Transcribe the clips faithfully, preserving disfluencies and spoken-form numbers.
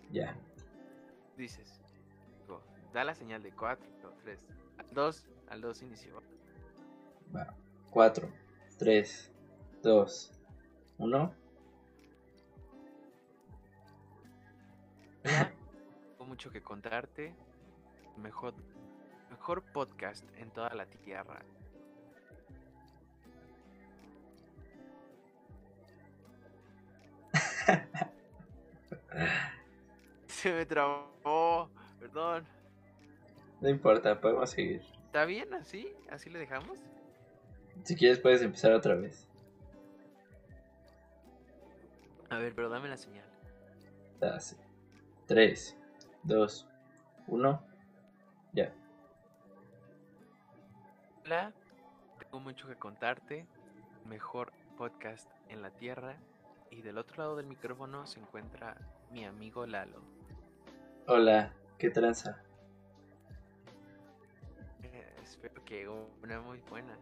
Ya. Dices, digo, da la señal de cuatro, tres, al dos, al dos inicio. Va. cuatro, tres, dos, uno. Hola, tengo mucho que contarte. Mejor, mejor podcast en toda la tierra. Se me trabó, perdón. No importa, podemos seguir. ¿Está bien así? ¿Así le dejamos? Si quieres puedes empezar otra vez. A ver, pero dame la señal. Así. tres, dos, uno. Ya. Hola, tengo mucho que contarte. Mejor podcast en la tierra. Y del otro lado del micrófono se encuentra mi amigo Lalo. Hola, ¿qué tranza? Eh, espero que una muy buena.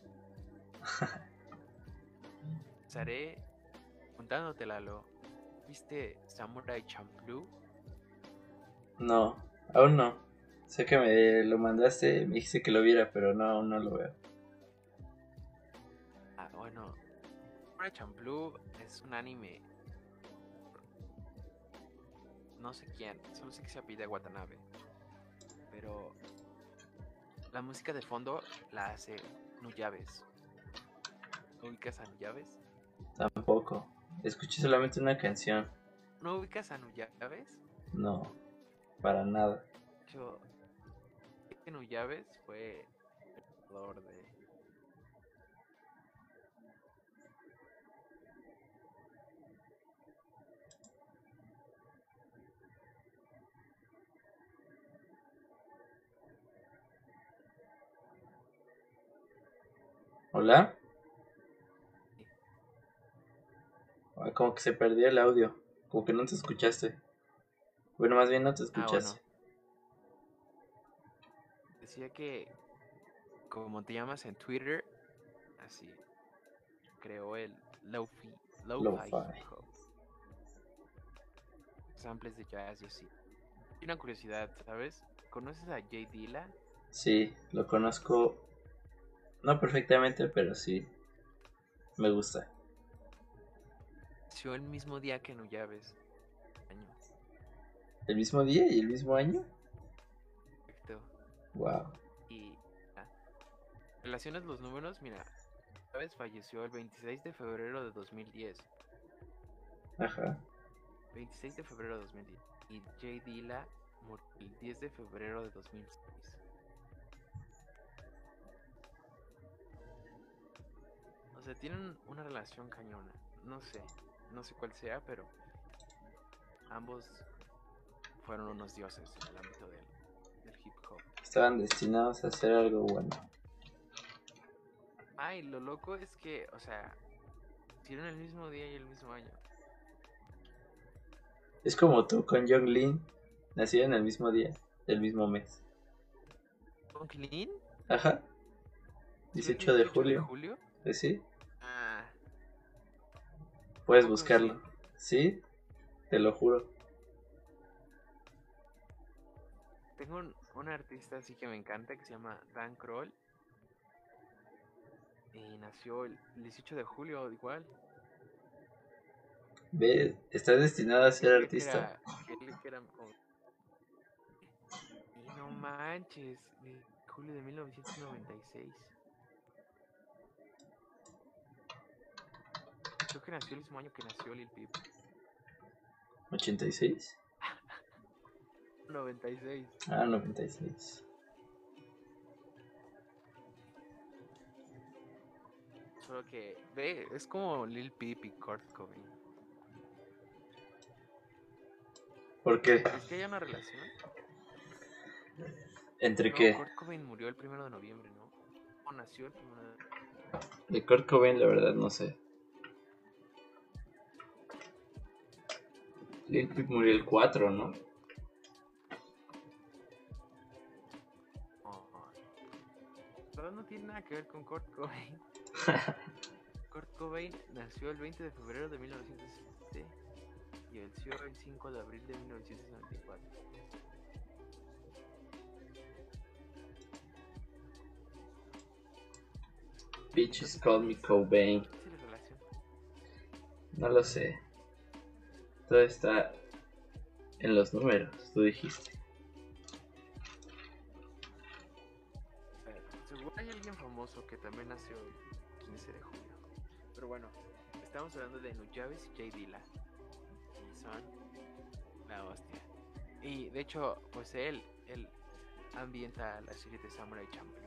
Estaré contándote, Lalo. ¿Viste Samurai Champloo? No, aún no. Sé que me lo mandaste, me dijiste que lo viera, pero no, aún no lo veo. Ah, bueno. Samurai Champloo es un anime. No sé quién, solo sé que se apellida Watanabe. Pero la música de fondo la hace Nuyabes. ¿Ubicas a Nuyabes? Tampoco. Escuché solamente una canción. ¿No ubicas a Nuyabes? No, para nada. Yo, que Nuyabes fue el creador de. ¿Hola? Ah, como que se perdió el audio. Como que no te escuchaste. Bueno, más bien no te Ah, escuchaste. bueno. Decía que, como te llamas en Twitter, así creó el Lo-Fi, Lo-Fi Lo-fi. Hip Hop. Samples de jazz y así. Y una curiosidad, ¿sabes? ¿Conoces a Jay Dilla? Sí, lo conozco. No perfectamente, pero sí. Me gusta. Nació el mismo día que Nuyabes. Año. ¿El mismo día y el mismo año? Perfecto. Wow. Y ah, relacionas los números, mira, Chávez falleció el veintiséis de febrero de dos mil diez. Ajá. veintiséis de febrero de dos mil diez. Y Jay Dilla murió el diez de febrero de dos mil seis. O sea, tienen una relación cañona. No sé, no sé cuál sea, pero ambos fueron unos dioses en el ámbito del, del hip hop. Estaban destinados a hacer algo bueno. Ay, lo loco es que, o sea, hicieron el mismo día y el mismo año. Es como tú con Young Lin. Nacieron el mismo día, el mismo mes. ¿Con Clean? Ajá. ¿Sí el dieciocho de dieciocho de julio. julio? Pues sí. Ah, Puedes poco sí. buscarlo. Sí, te lo juro. Tengo un, un artista así que me encanta que se llama Dan Kroll. Y nació el dieciocho de julio, igual. Ve, estás destinado a Yo ser creía que artista. era. Que él que era como- Y no manches, de julio de mil novecientos noventa y seis. Creo que nació el mismo año que nació Lil Peep. ¿ochenta y seis? noventa y seis. Ah, noventa y seis. Solo que, ve, es como Lil Peep y Kurt Cobain. ¿Por qué? ¿Crees que haya una relación? ¿Entre No, qué? Kurt Cobain murió el primero de noviembre, ¿no? O nació el primero de... De Kurt Cobain, la verdad, no sé. Lil Peep murió el cuatro, ¿no? Oh, pero no tiene nada que ver con Kurt Cobain. Kurt Cobain nació el veinte de febrero de mil novecientos siete. y venció el cinco de abril de mil novecientos noventa y cuatro. Bitches Entonces, call ¿cuál me es, Cobain. cuál es la relación? No lo sé. Todo está en los números, tú dijiste. Eh, seguro hay alguien famoso que también nació el quince de julio. Pero bueno, estamos hablando de Nuyabes y Jay Dilla. Y son la hostia. Y de hecho, pues él, él ambienta la serie de Samurai Champloo.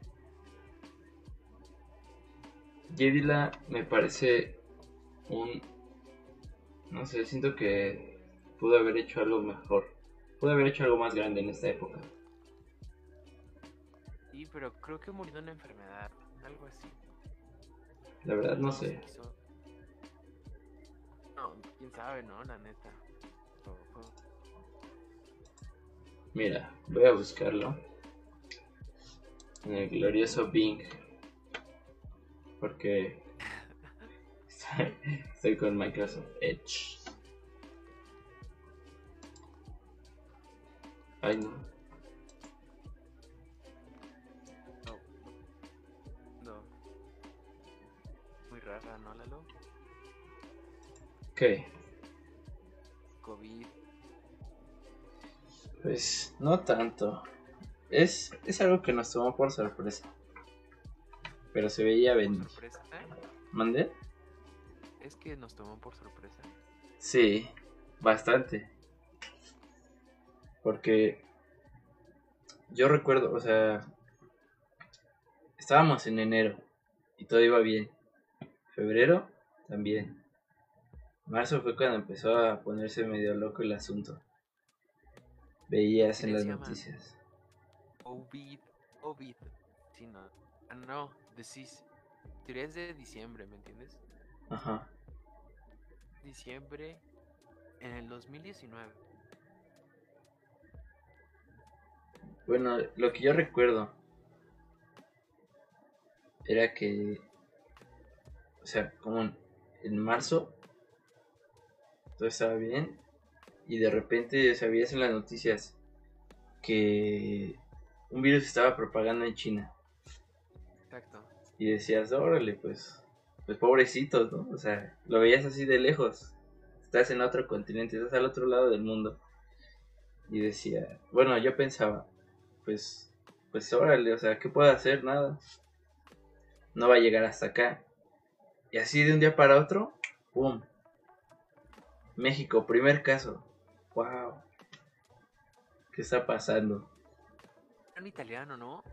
Jedila me parece un... No sé, siento que pudo haber hecho algo mejor. Pudo haber hecho algo más grande en esta época. Sí, pero creo que murió de una enfermedad, algo así. La verdad no No se sé. quiso. No, quién sabe, ¿no? La neta. Pero fue- Mira, voy a buscarlo en el glorioso Bing. Porque estoy, estoy con Microsoft Edge. Ay no. No, no. Muy rara, ¿no, Lalo? ¿Qué? COVID. Pues no tanto. Es, es algo que nos tomó por sorpresa. Pero se veía Por venir. sorpresa, ¿eh? ¿Mandé? Es que nos tomó por sorpresa. Sí, bastante. Porque yo recuerdo, o sea, estábamos en enero y todo iba bien. Febrero también. Marzo fue cuando empezó a ponerse medio loco el asunto. La Veías en epidemia las se llama noticias. COVID. COVID. Sí, no. Ah, no, disease. Teoría es de diciembre, ¿me entiendes? Ajá. Diciembre en el dos mil diecinueve. Bueno, lo que yo recuerdo era que, o sea, como en, en marzo todo estaba bien y de repente sabías en las noticias que un virus estaba propagando en China Exacto. y decías, órale, pues, pues pobrecitos, ¿no? O sea, lo veías así de lejos. Estás en otro continente, estás al otro lado del mundo. Y decía, bueno, yo pensaba, pues, pues órale, o sea, ¿qué puedo hacer? Nada. No va a llegar hasta acá. Y así de un día para otro, ¡pum! México, primer caso. ¡Wow! ¿Qué está pasando? Era un italiano, ¿no?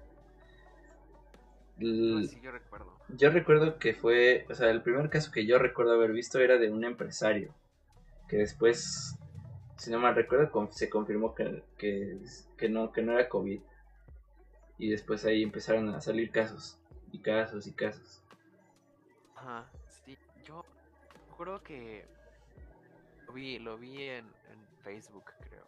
Algo L- así yo recuerdo. yo recuerdo que fue, o sea, el primer caso que yo recuerdo haber visto era de un empresario, que después, si no mal recuerdo, con- se confirmó que, que, que no, que no era COVID. Y después ahí empezaron a salir casos, y casos, y casos. Ajá, sí. Yo recuerdo que lo vi, lo vi en, en Facebook, creo.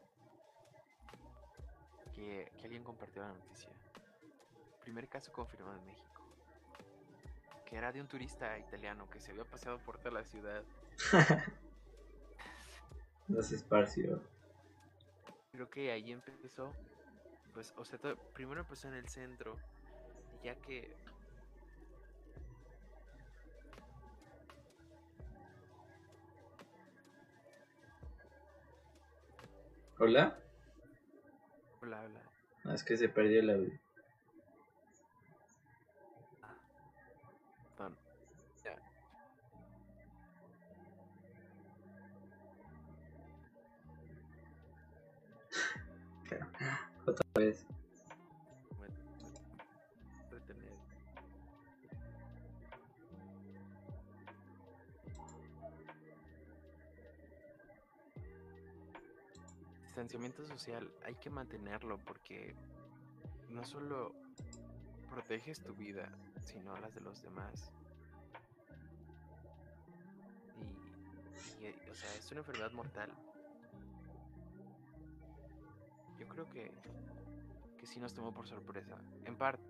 Que, que alguien compartió la noticia. Primer caso confirmado en México. Que era de un turista italiano que se había paseado por toda la ciudad. No se esparció. Creo que ahí empezó. Pues, o sea, todo- primero empezó en el centro. Y ya que. ¿Hola? Bla, bla. No, es que se perdió el audio. Ah, perdón. Ya. Otra vez. Me, me- retener. Distanciamiento social hay que mantenerlo porque no solo proteges tu vida, sino las de los demás. Y, y, o sea, es una enfermedad mortal. Yo creo que, que sí nos tomó por sorpresa. En parte,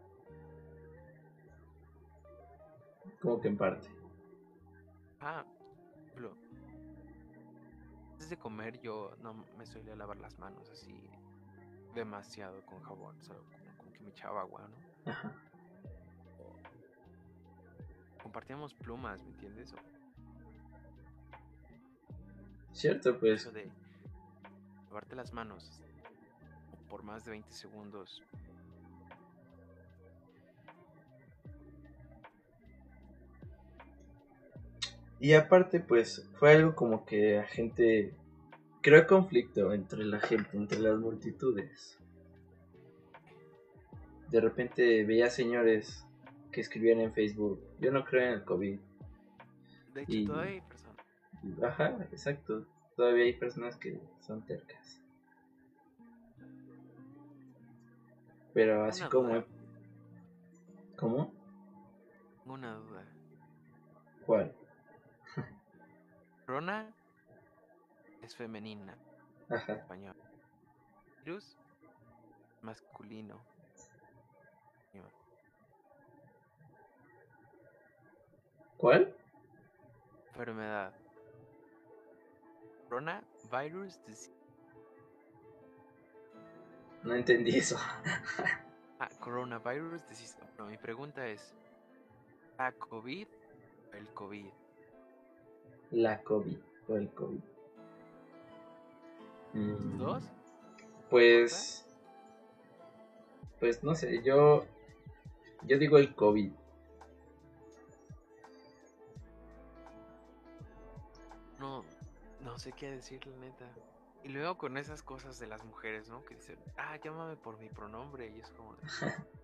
Como que en parte. ah, bro, es de comer yo no me solía lavar las manos así demasiado con jabón, solo como, como que me echaba agua, ¿no? Ajá. O compartíamos plumas, ¿me entiendes? O Cierto, pues. eso de lavarte las manos por más de veinte segundos. Y aparte, pues, fue algo como que la gente creó conflicto entre la gente, entre las multitudes. De repente veía señores que escribían en Facebook, yo no creo en el COVID. De hecho, Y, todavía hay personas. ajá, exacto. Todavía hay personas que son tercas. Pero así Una como... duda, ¿Cómo? una duda. ¿Cuál? Rona es femenina, Ajá. español. Virus, masculino. Español. ¿Cuál? Enfermedad. Corona virus disease. No entendí eso. Ah, coronavirus disease. No, mi pregunta es, ¿la COVID o el COVID? La COVID o el COVID. Mm, ¿Dos? ¿Importa? pues... Pues no sé, yo... Yo digo el COVID. No, no sé qué decir, la neta. Y luego con esas cosas de las mujeres, ¿no? Que dicen, ah, llámame por mi pronombre. Y es como de...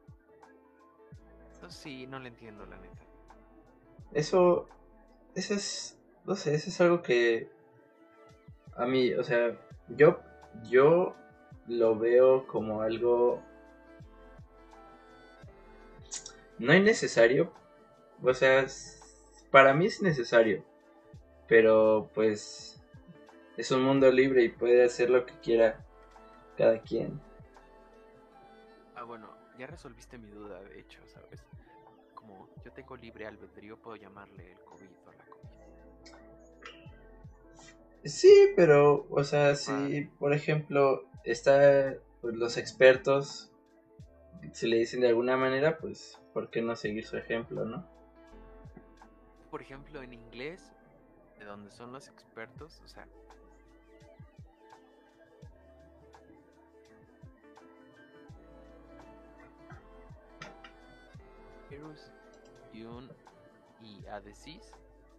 Eso sí, no le entiendo, la neta. Eso... Eso es... No sé, eso es algo que... A mí, o sea... Yo... Yo lo veo como algo... No innecesario. O sea, es- para mí es necesario. Pero pues... Es un mundo libre y puede hacer lo que quiera cada quien. Ah, bueno, ya resolviste mi duda, de hecho, ¿sabes? Como yo tengo libre albedrío, puedo llamarle el COVID o la COVID. Sí, pero, o sea, Pa- si por ejemplo está pues, los expertos, si le dicen de alguna manera, pues, ¿por qué no seguir su ejemplo, no? Por ejemplo, en inglés, de donde son los expertos, o sea, virus y un y a disease,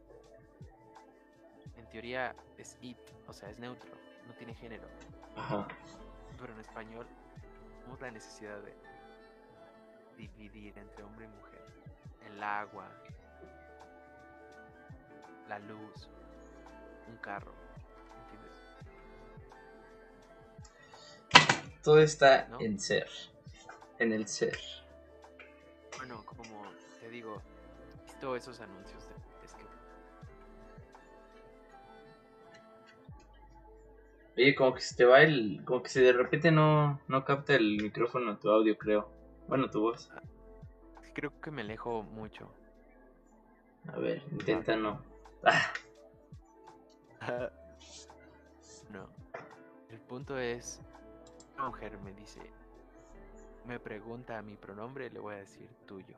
en teoría es it, o sea, es neutro, no tiene género. Ajá. Pero en español tenemos la necesidad de dividir entre hombre y mujer. El agua, la luz, un carro, ¿entiendes? Todo está ¿No? en ser, en el ser. Bueno, como te digo, he visto esos anuncios de es que Oye, como que se te va el, como que si de repente no, no capta el micrófono tu audio, creo. Bueno, tu voz. ah, creo que me alejo mucho. A ver, Ah, intenta no. Ah, no. El punto es, una mujer me dice, me pregunta a mi pronombre, le voy a decir tuyo.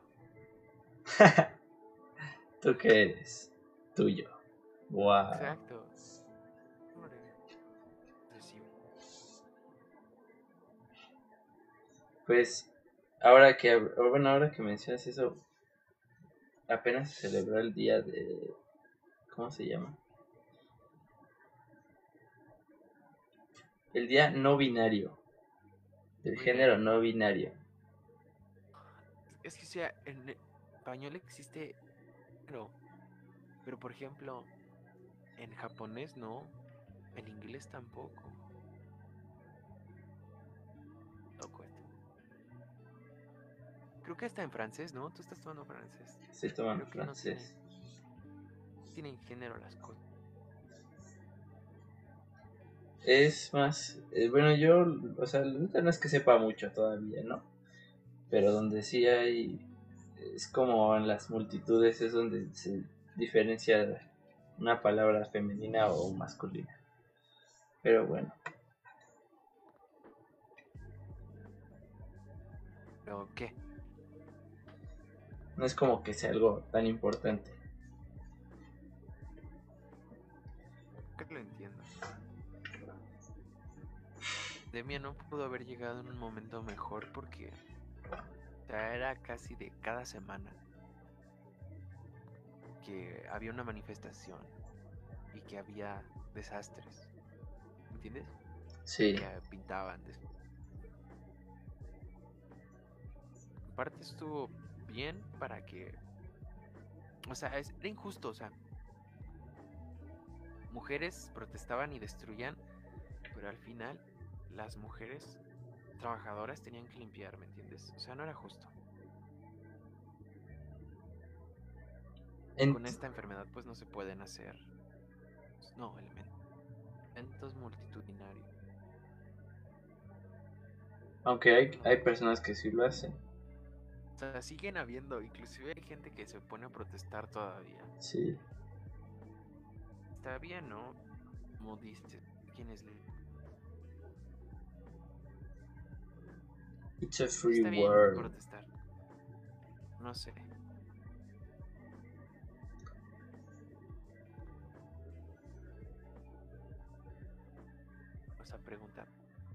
¿tú qué eres? Tuyo. Wow. Exacto. Hombre, recibo. Pues, ahora que, bueno, ahora que mencionas eso, apenas se celebró el día de, ¿cómo se llama? El día no binario, del No género binario. no binario. Es que, o sea, en español existe, pero, pero por ejemplo, en japonés no, en inglés tampoco. Loco esto. Creo que hasta en francés, ¿no? Tú estás tomando francés. Estoy tomando Creo que no tiene, francés. tienen género las cosas. Es más, eh, bueno, yo, o sea, la neta no es que sepa mucho todavía, ¿no? Pero donde sí hay, es como en las multitudes, es donde se diferencia una palabra femenina o masculina. Pero bueno, ¿Pero qué? no es como que sea algo tan importante. ¿Qué lo entiendo? Demian no pudo haber llegado en un momento mejor porque ya era casi de cada semana que había una manifestación y que había desastres, ¿entiendes? Sí, Que pintaban. des- En parte estuvo bien para que, o sea, es, era injusto, o sea, mujeres protestaban y destruían, pero al final las mujeres trabajadoras tenían que limpiar, ¿me entiendes? O sea, no era justo. Y con Ent- esta enfermedad pues no se pueden hacer, no, eventos multitudinarios. aunque hay, hay personas que sí lo hacen. O sea, siguen habiendo, inclusive hay gente que se pone a protestar todavía. Sí, Está bien, ¿no? Como dices, ¿quién es? li- it's a Sí, free está bien world. protestar. No sé. O sea, preguntar.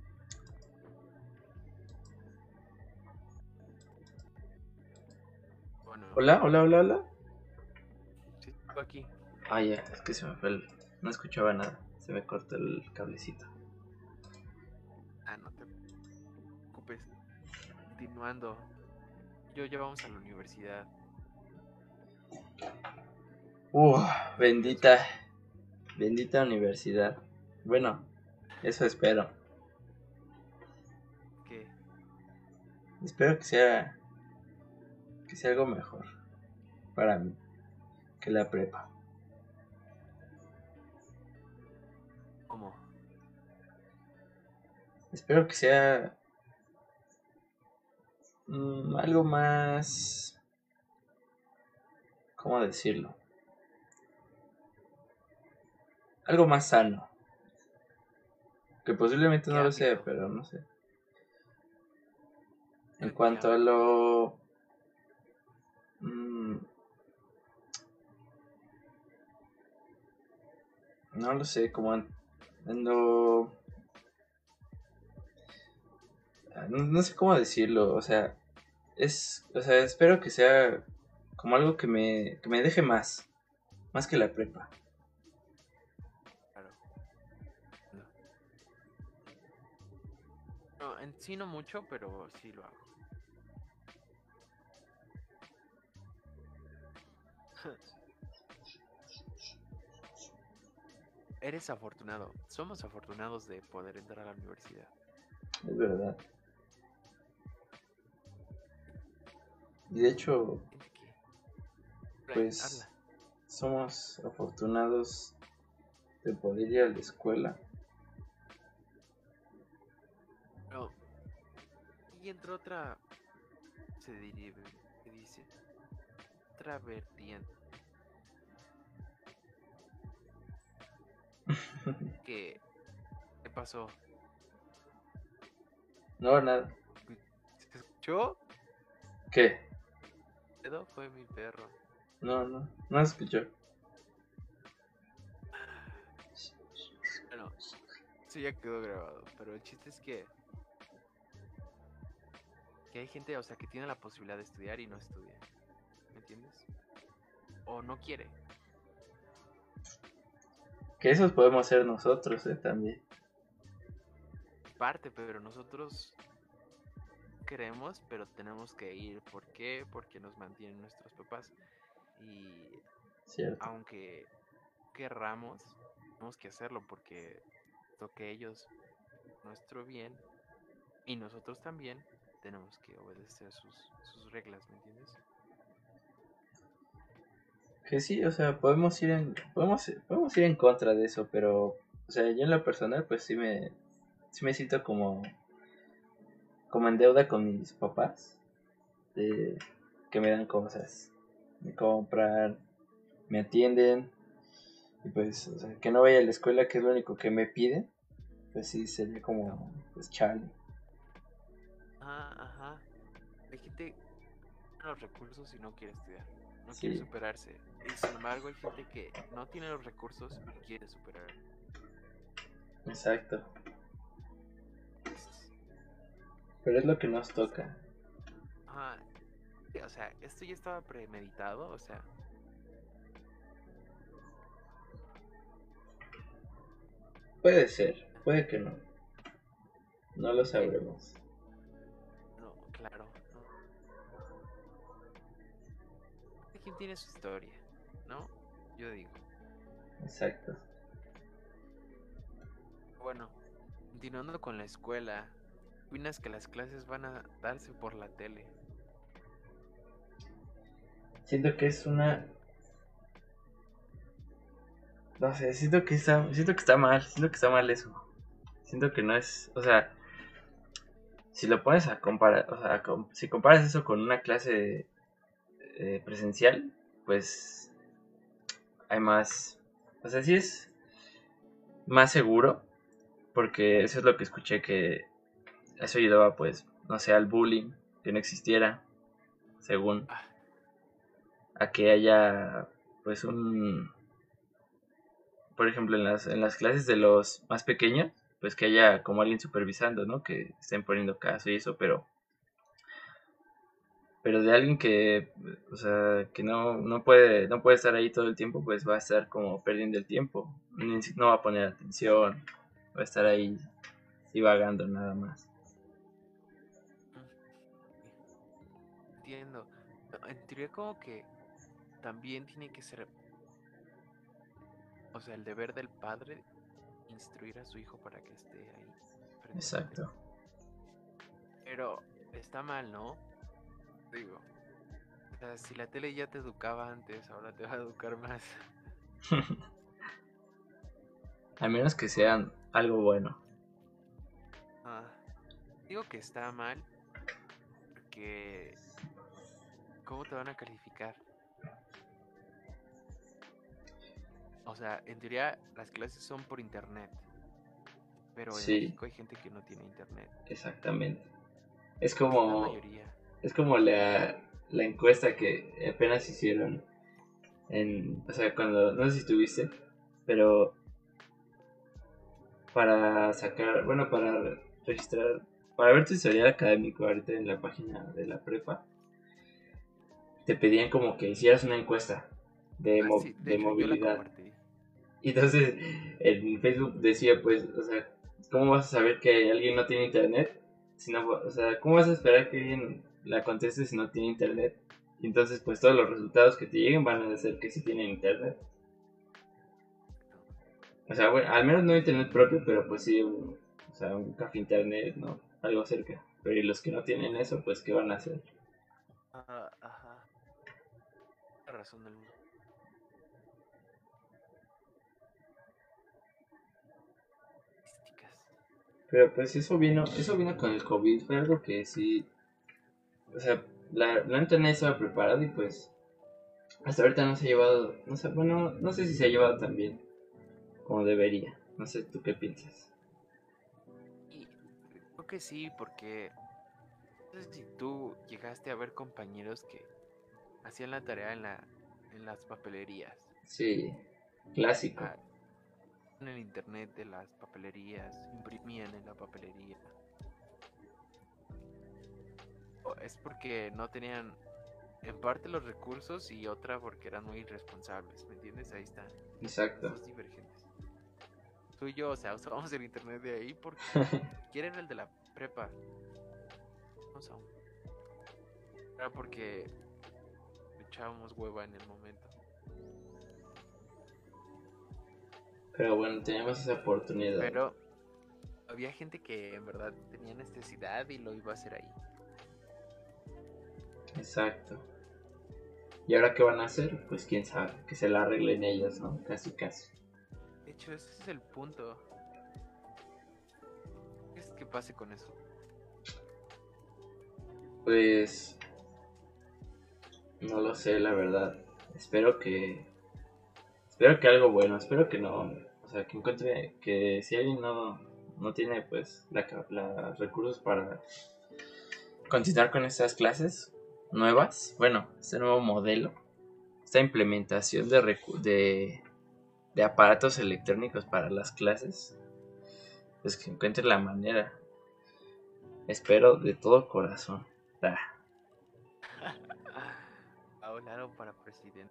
Bueno, Hola, hola, hola, hola. sí, estoy aquí. Ah, ya, es que se me fue el... No escuchaba nada, se me cortó el cablecito. Ah, no te preocupes. Continuando. Yo ya vamos a la universidad. Uh, Nervioso. bendita, bendita universidad. Bueno, eso espero. ¿Qué? Espero que sea, que sea algo mejor para mí que la prepa. ¿Cómo? Espero que sea mm, algo más, ¿cómo decirlo? Algo más sano. Que posiblemente ¿Qué no lo sea, ámbito? pero no sé. En ¿En qué cuanto a ámbito? lo... mm, no lo sé, como en, en lo... No, no sé cómo decirlo, o sea, es, o sea, espero que sea como algo que me, que me deje más, más que la prepa. Claro. No. No, en sí no mucho, pero sí lo hago. Eres afortunado. Somos afortunados de poder entrar a la universidad. Es verdad. Y de hecho, ¿De qué? Brian, pues habla. somos afortunados de poder ir a la escuela. No. Y entró otra. Se diría. Se dice. Otra vertiente. ¿Qué? ¿Qué pasó? No, nada. ¿Se escuchó? ¿Qué? Edo fue mi perro. No, no, no escuchó. Bueno, eso ya quedó grabado. Pero el chiste es que. Que hay gente, o sea, que tiene la posibilidad de estudiar y no estudia. ¿Me entiendes? O no quiere. Que esos podemos ser nosotros, eh, también. Parte, pero nosotros queremos, pero tenemos que ir. ¿Por qué? Porque nos mantienen nuestros papás. Y Cierto. aunque querramos, tenemos que hacerlo porque toque ellos nuestro bien y nosotros también tenemos que obedecer sus, sus reglas, ¿me entiendes? Que sí, o sea, podemos ir en, podemos, podemos ir en contra de eso, pero, o sea, yo en lo personal, pues sí me, sí me siento como, como en deuda con mis papás, de que me dan cosas, me compran, me atienden, y pues, o sea, que no vaya a la escuela, que es lo único que me piden, pues sí, sería como, pues chale. Ah, ajá. Hay gente con los recursos y no quiere estudiar, no quiere Sí, superarse. Y sin embargo hay gente que no tiene los recursos y quiere superar. exacto. Es- Pero es lo que nos toca. Ajá. Sí, o sea, esto ya estaba premeditado, o sea, Puede ser, puede que no. No lo que sabremos. no, claro, no. Cada quien tiene su historia, ¿no? Yo digo. Exacto. Bueno, continuando con la escuela, ¿opinas que las clases van a darse por la tele? Siento que es una... No sé, siento que está, siento que está mal, siento que está mal eso. Siento que no es, o sea, si lo pones a comparar, o sea, com- si comparas eso con una clase eh, presencial, pues hay más, o sea, sí es más seguro, porque eso es lo que escuché, que eso ayudaba, pues, no sé, al bullying, que no existiera, según, Ah, a que haya, pues, un, por ejemplo, en las, en las clases de los más pequeños, pues que haya como alguien supervisando, ¿no? Que estén poniendo caso y eso, pero pero de alguien que, o sea, que no, no puede, no puede estar ahí todo el tiempo, pues va a estar como perdiendo el tiempo, Ni si- no va a poner atención, va a estar ahí divagando nada más. mm, entiendo. No, en teoría como que también tiene que ser, o sea, el deber del padre instruir a su hijo para que esté ahí frente a la tele. Exacto. Pero está mal, ¿no? Digo, o sea, si la tele ya te educaba antes, ahora te va a educar más. A menos que sean algo bueno. Ah, digo que está mal porque ¿cómo te van a calificar? O sea, en teoría las clases son por internet, pero en Sí, México hay gente que no tiene internet. exactamente. Es Es la como, mayoría. es como la, la encuesta que apenas hicieron en, o sea, cuando, no sé si estuviste, pero para sacar, bueno, para registrar, para ver tu historial académico ahorita en la página de la prepa, te pedían como que hicieras una encuesta de, Ah, mo- sí, de de hecho yo la movilidad. compartí. Y entonces en Facebook decía, pues, o sea, ¿cómo vas a saber que alguien no tiene internet? Si no, o sea, ¿cómo vas a esperar que alguien la conteste si no tiene internet? Y entonces, pues, todos los resultados que te lleguen van a ser que sí tienen internet. O sea, bueno, al menos no internet propio, pero pues sí, un, o sea, un café internet, ¿no? Algo cerca. Pero y los que no tienen eso, pues, ¿qué van a hacer? Ah, ajá. La razón del mundo. Estadísticas. Pero pues eso vino, eso vino con el COVID, fue algo que sí, o sea, la, la neta nadie estaba preparado y pues hasta ahorita no se ha llevado, no sé, bueno, no sé si se ha llevado tan bien como debería. No sé, ¿tú qué piensas? Y creo que sí, porque no sé si tú llegaste a ver compañeros que hacían la tarea en la en las papelerías. Sí, clásico. Ah, en el internet de las papelerías, imprimían en la papelería. O es porque no tenían en parte los recursos y otra porque eran muy irresponsables, ¿me entiendes? Ahí están las Exacto. dos divergentes. Tú y yo, o sea, usábamos el internet de ahí porque quieren el de la prepa. No sé, era porque echábamos hueva en el momento. Pero bueno, teníamos esa oportunidad. Pero había gente que en verdad tenía necesidad y lo iba a hacer ahí. Exacto. ¿Y ahora qué van a hacer? Pues quién sabe, que se la arreglen ellos, ¿no? Casi, casi. De hecho, ese es el punto. ¿Qué es que pase con eso? Pues no lo sé, la verdad. Espero que espero que algo bueno, espero que no, o sea, que encuentre que si alguien no no tiene pues la, los recursos para continuar con estas clases nuevas, bueno, este nuevo modelo, esta implementación de, recu de, de aparatos electrónicos para las clases, pues que encuentre la manera. Espero de todo corazón. Ah. Hablaron para presidente.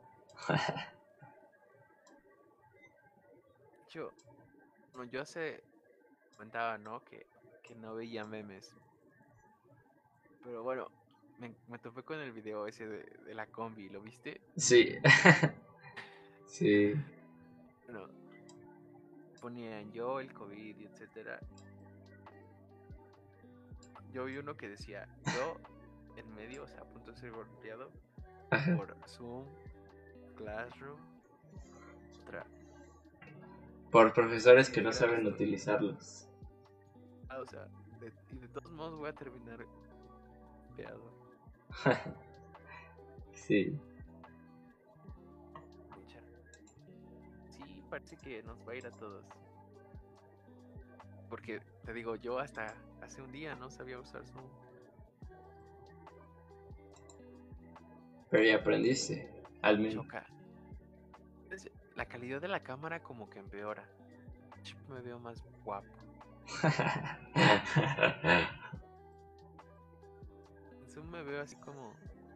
Yo, no, yo se comentaba, ¿no? Que, que no veía memes. Pero bueno, me, me topé con el video ese de, de la combi, ¿lo viste? Sí. Sí. Bueno, ponían yo, el COVID, y etcétera. Yo vi uno que decía, yo en medio, o sea, a punto de ser golpeado por Zoom, Classroom, otra. Por profesores Y que no dije, saben utilizarlos. ah, o sea, de, y de todos modos voy a terminar golpeado. Sí. Pucha. Sí, parece que nos va a ir a todos. Porque, te digo, yo hasta hace un día no sabía usar Zoom. Pero ya aprendiste, al menos. Choca. Es- La calidad de la cámara como que empeora. Ch, Me veo más guapo. En Zoom me veo así como...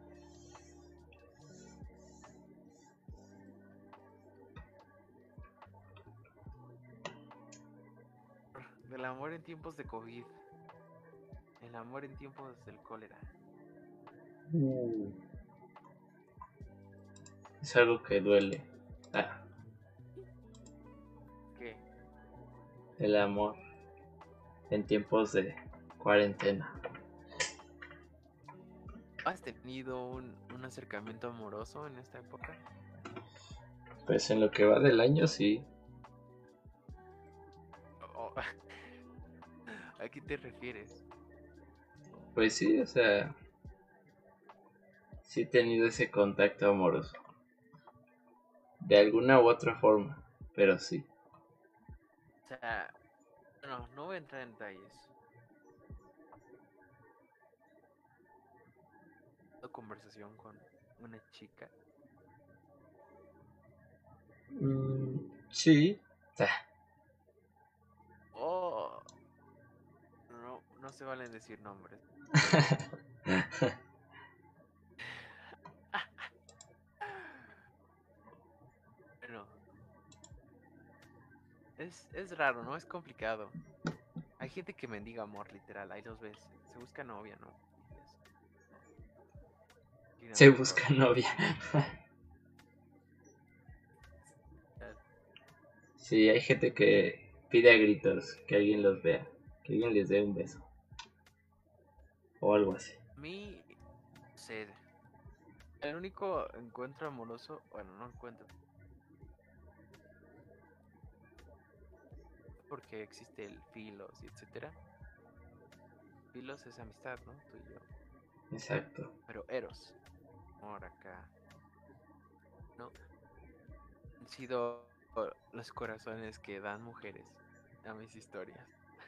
Del amor en tiempos de COVID. El amor en tiempos del cólera. Uh. Es algo que duele. Ah, ¿Qué? el amor en tiempos de cuarentena. ¿Has tenido un, un acercamiento amoroso en esta época? Pues en lo que va del año, sí. Oh, ¿a qué te refieres? Pues sí, o sea, sí he tenido ese contacto amoroso. De alguna u otra forma, pero sí. O sea, no, no voy a entrar en detalles. Una conversación con una chica. Mm, sí. Ah. Oh, no, no se valen decir nombres. Bueno, es, es raro, ¿no? Es complicado. Hay gente que mendiga amor, literal, ahí los ves. Se busca novia, ¿no? Y dices, Se "Tírame busca paro". novia. Eh, Sí, hay gente que pide a gritos que alguien los vea, que alguien les dé un beso o algo así. A mí, no sé, el único encuentro amoroso, bueno, no encuentro, porque existe el filos y etcétera. Filos es amistad, ¿no? Tú y yo. Exacto. Pero Eros, amor acá, ¿no? Han sido los corazones que dan mujeres a mis historias.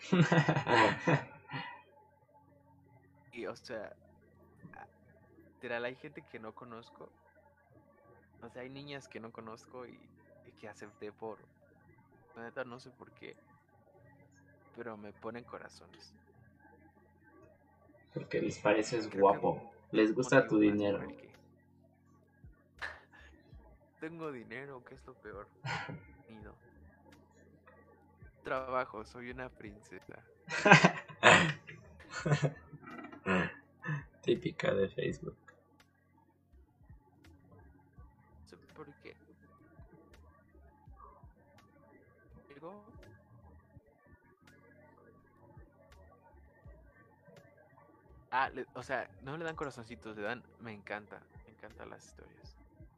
Y, o sea, a- literal, hay gente que no conozco. O sea, hay niñas que no conozco y, y que acepté por... La neta, no sé por qué, pero me ponen corazones. Porque les pareces Creo que guapo, les gusta tu motivo más por dinero. el que tengo dinero, que es lo peor. Nido. Trabajo, soy una princesa. Típica de Facebook. No sé por qué. Llegó. Ah, le- o sea, no le dan corazoncitos, le dan. Me encanta, me encantan las historias.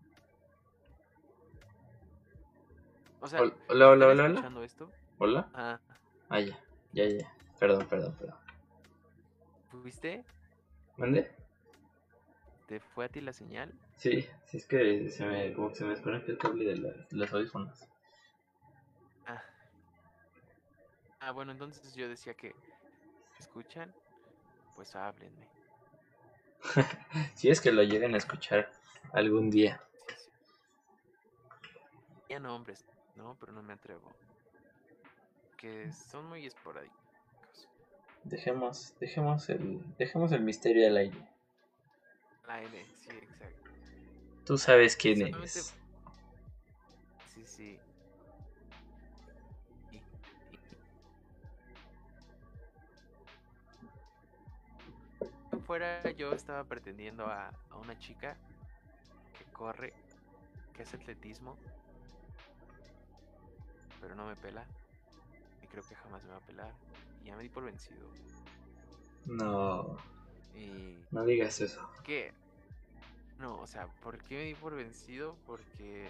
O sea, Hol- Hola, hola, ¿están hola, hola. escuchando esto? Hola. Ah, Ah, ya, ya, ya. Perdón, perdón, perdón. ¿fuiste? ¿Mande? ¿Te fue a ti la señal? Sí, sí es que se me, como que se me desconecta el cable de, la- de los audífonos. Ah, Ah, bueno, entonces yo decía que escuchan, pues háblenme. Si es que lo lleguen a escuchar algún día. Sí, sí. Ya nombres, ¿no? Pero no me atrevo. Que son muy esporádicos. Dejemos, dejemos el, dejemos el misterio al aire. Al aire, sí, exacto. Tú sabes Y quién solamente, es. sí, sí. Y, y si fuera yo estaba pretendiendo a, a una chica que corre, que hace atletismo, pero no me pela. Y creo que jamás me va a pelar. Y ya me di por vencido. No, Y no digas eso. ¿qué? No, o sea, ¿por qué me di por vencido? Porque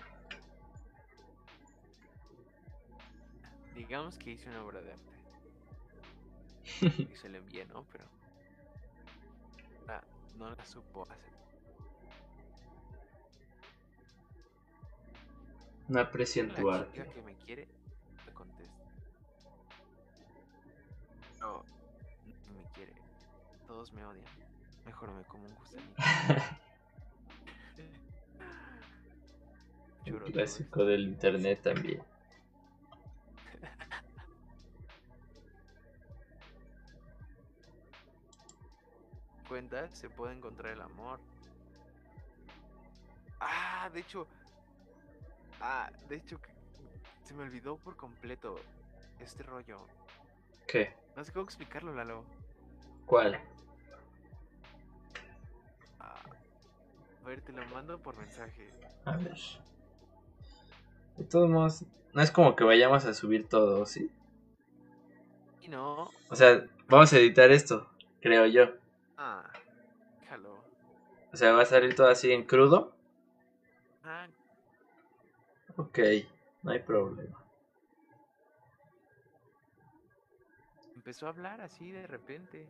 digamos que hice una obra de arte y se la envié, ¿no? Pero ah, no la supo hacer. No aprecien La tu chica arte. que me quiere me contesta. No, no me quiere. Todos me odian. Mejor me como un gusanito. Un Choro todo esto. clásico del internet también. Cuenta, se puede encontrar el amor. Ah, de hecho, ah, de hecho, que- se me olvidó por completo este rollo. ¿Qué? No sé cómo explicarlo, Lalo. ¿Cuál? Ah, a ver, te lo mando por mensaje. A ver. De todos modos, no es como que vayamos a subir todo, ¿sí? Y no, O sea, vamos a editar esto, creo yo. ah, déjalo. O sea, va a salir todo así en crudo. Ah, Ok, no hay problema. empezó a hablar así de repente.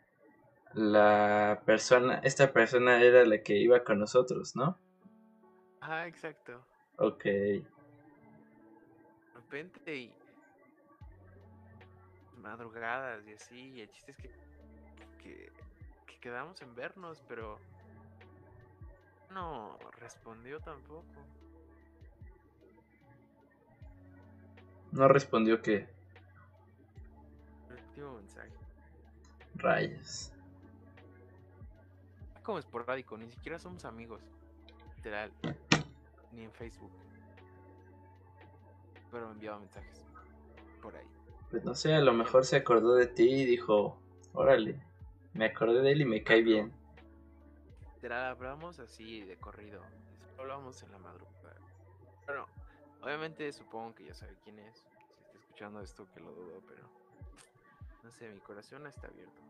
La persona, esta persona era la que iba con nosotros, ¿no? Ah, exacto. Ok, De repente y madrugadas y así. Y el chiste es que, que, que quedamos en vernos, pero no respondió tampoco. no respondió que El último mensaje. rayos. Como esporádico, ni siquiera somos amigos. Literal, ni en Facebook. Pero me enviaba mensajes por ahí. Pues no sé, a lo Y ya mejor no. se acordó de ti y dijo, órale, me acordé de él y me Ah, cae pero bien. literal, hablamos así de corrido. Hablábamos en la madrugada. Bueno, obviamente supongo que ya sabe quién es. Si está escuchando esto, que lo dudo, pero no sé, mi corazón está abierto.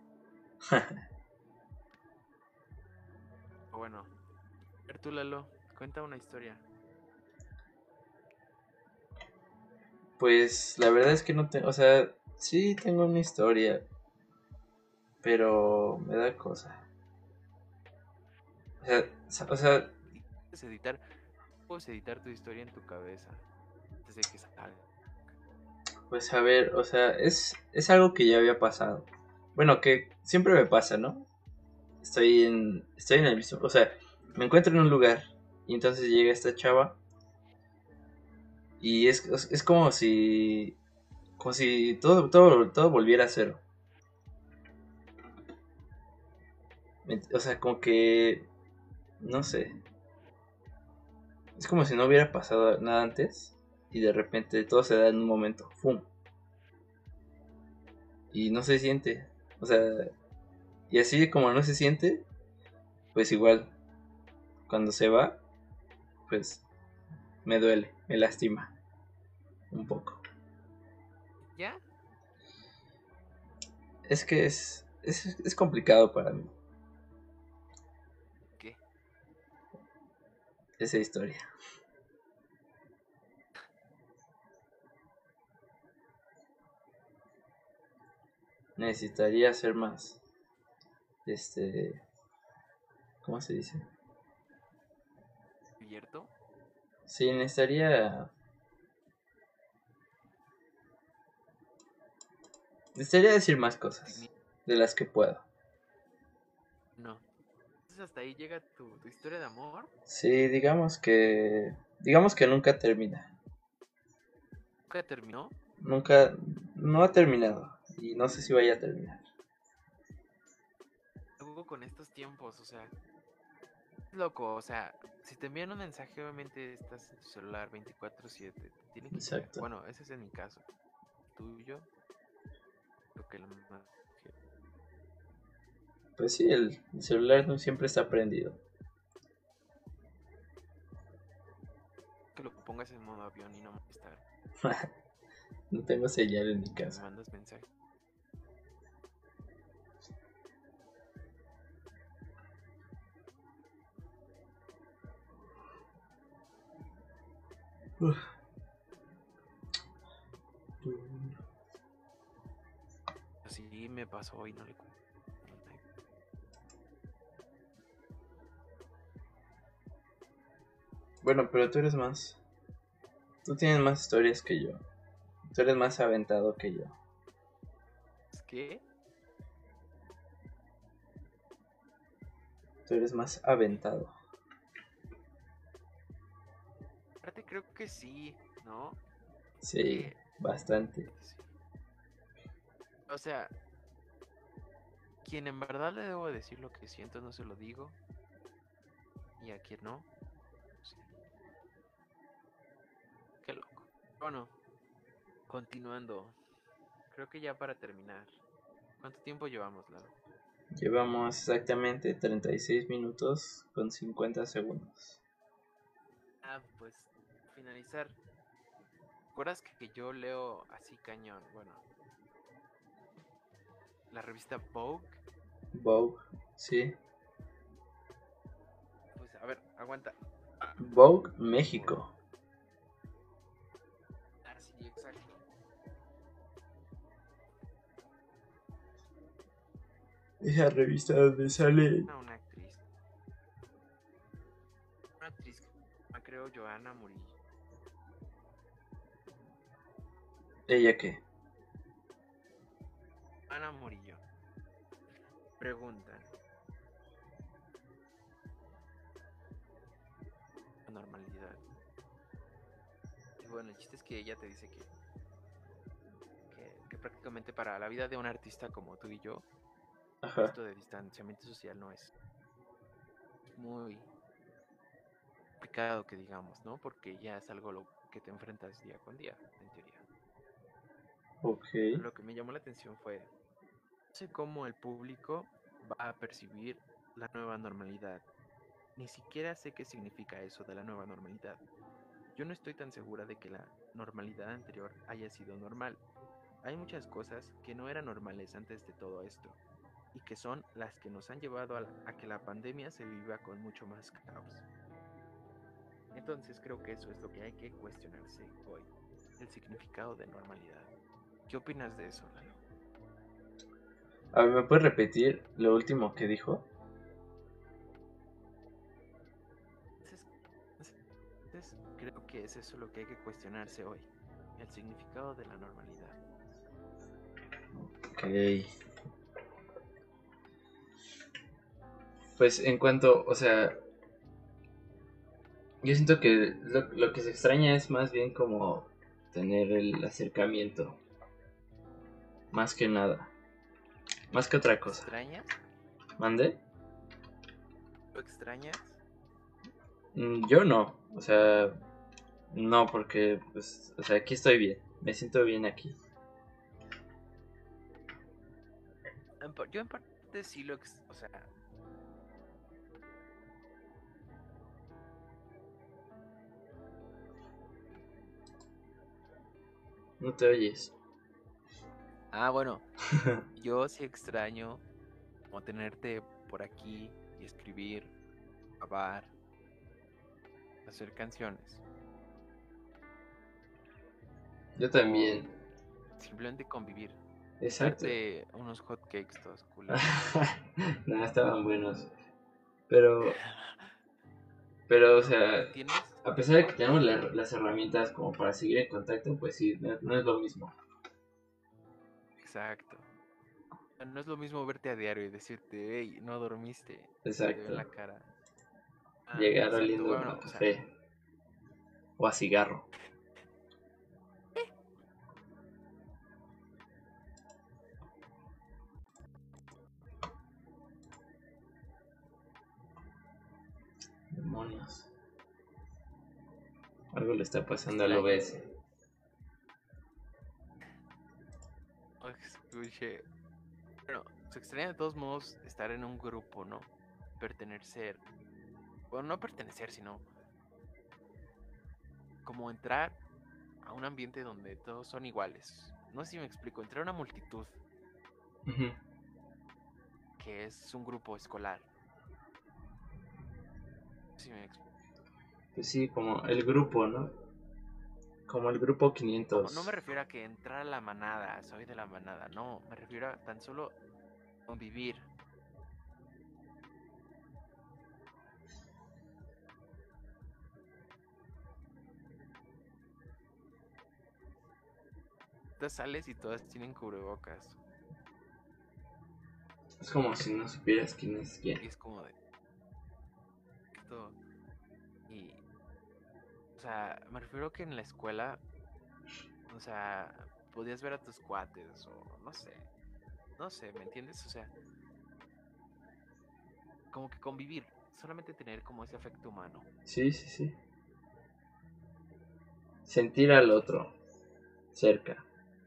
Bueno, a ver tú, Lalo, cuenta una historia. Pues la verdad es que no tengo, o sea, sí tengo una historia, pero me da cosa. O sea, sa- o sea, Y puedes editar, puedes editar tu historia en tu cabeza antes de que salga. pues a ver, o sea, es, es algo que ya había pasado. Bueno, que siempre me pasa, ¿no? Estoy en, estoy en el mismo, o sea, me encuentro en un lugar y entonces llega esta chava y es, es, es como si, como si todo, todo, todo volviera a cero. Me- O sea, como que, no sé, es como si no hubiera pasado nada antes y de repente todo se da en un momento, ¡fum! Y no se siente, o sea, y así como no se siente, pues igual, cuando se va, pues me duele, me lastima un poco. ¿Ya? Es que es, es, es complicado para mí ¿Qué? esa historia. Necesitaría ser más, este, ¿cómo se dice? ¿Abierto? Sí, necesitaría, Desearía decir más cosas de las que puedo. No. Entonces hasta ahí llega tu, tu historia de amor. Sí, digamos que... Digamos que nunca termina. ¿Nunca terminó? Nunca... No ha terminado. Y no sé si vaya a terminar. Luego con estos tiempos, o sea... Es loco, o sea... Si te envían un mensaje, obviamente estás en tu celular veinticuatro siete. Tiene que llegar. Exacto. Bueno, ese es en mi caso. Tuyo. Lo que lo más... Pues sí, el, el celular no siempre está prendido. Que lo pongas en modo avión y no molestar. No tengo señal en mi Me casa. mandas mensaje. Uf. Así me pasó y no le... Bueno, pero tú eres más... Tú tienes más historias que yo. Tú eres más aventado que yo. ¿Es que? Tú eres más aventado. Aparte creo que sí, ¿no? Sí, Que... bastante. sí. O sea... Quien en verdad le debo decir lo que siento no se lo digo. Y a quien no... sí. Qué loco. Bueno, continuando. Creo que ya para terminar. ¿Cuánto tiempo llevamos, Lalo? Llevamos exactamente treinta y seis minutos con cincuenta segundos. Ah, pues finalizar. ¿Recuerdas que, que yo leo así cañón? Bueno, la revista Vogue. Vogue, sí. Pues a ver, aguanta. Ah, Vogue México. ah, sí, exacto. Esa revista donde sale... Ah, una actriz. Una actriz que me creo Joana Murillo. ¿Ella qué? Ana Murillo. Preguntan. La normalidad. Y bueno, el chiste es que ella te dice que, que, que prácticamente para la vida de un artista como tú y yo, Ajá. esto de distanciamiento social no es muy complicado que digamos, ¿no? Porque ya es algo lo que te enfrentas día con día, en teoría. Ok. Pero lo que me llamó la atención fue, no sé cómo el público va a percibir la nueva normalidad. Ni siquiera sé qué significa eso de la nueva normalidad. Yo no estoy tan segura de que la normalidad anterior haya sido normal. Hay muchas cosas que no eran normales antes de todo esto y que son las que nos han llevado a, la, a que la pandemia se viva con mucho más caos. Entonces creo que eso es lo que hay que cuestionarse hoy, el significado de normalidad. ¿Qué opinas de eso, Lalo? A ver, ¿me puedes repetir lo último que dijo? Entonces, entonces creo que es eso lo que hay que cuestionarse hoy, el significado de la normalidad. Ok. Pues en cuanto, o sea, yo siento que lo, lo que se extraña es más bien como tener el acercamiento, más que nada, más que otra cosa. ¿Extrañas? ¿Mande? ¿Lo extrañas? Mm, yo no, o sea, no, porque, pues, o sea, aquí estoy bien, me siento bien aquí. En par- Yo en parte sí lo... ex- O sea... No te oyes. Ah, bueno, yo sí extraño como tenerte por aquí y escribir, grabar, hacer canciones. Yo O también. simplemente convivir. Exacto. Darte unos hotcakes todos culeros. No, estaban buenos. Pero, pero, o sea, ¿Entiendes? a pesar de que tenemos la- las herramientas como para seguir en contacto, pues sí, no, no es lo mismo. exacto. No es lo mismo verte a diario y decirte, hey, no dormiste. Se te ve en Exacto. la cara. Ah, Llegar exacto. oliendo Bueno, a o sea, café o a cigarro. Demonios. Algo le está pasando al extraño. O B S. O escuche. Bueno, se extraña de todos modos estar en un grupo, ¿no? Pertenecer. Bueno, no pertenecer, sino como entrar a un ambiente donde todos son iguales. No sé si me explico. Entrar a una multitud Ujú. que es un grupo escolar. No sé si me explico. Pues sí, como el grupo, ¿no? Como el grupo No, no me quinientos. refiero a que entrar a la manada, soy de la manada. No, me refiero a tan solo convivir. Tú sales y todas tienen cubrebocas. Es como si no supieras quién es quién. Y es como de esto. Y, o sea, me refiero que en la escuela, o sea, podías ver a tus cuates o no sé, no sé, ¿me entiendes? O sea, como que convivir, solamente tener como ese afecto humano. Sí, sí, sí. Sentir al otro cerca.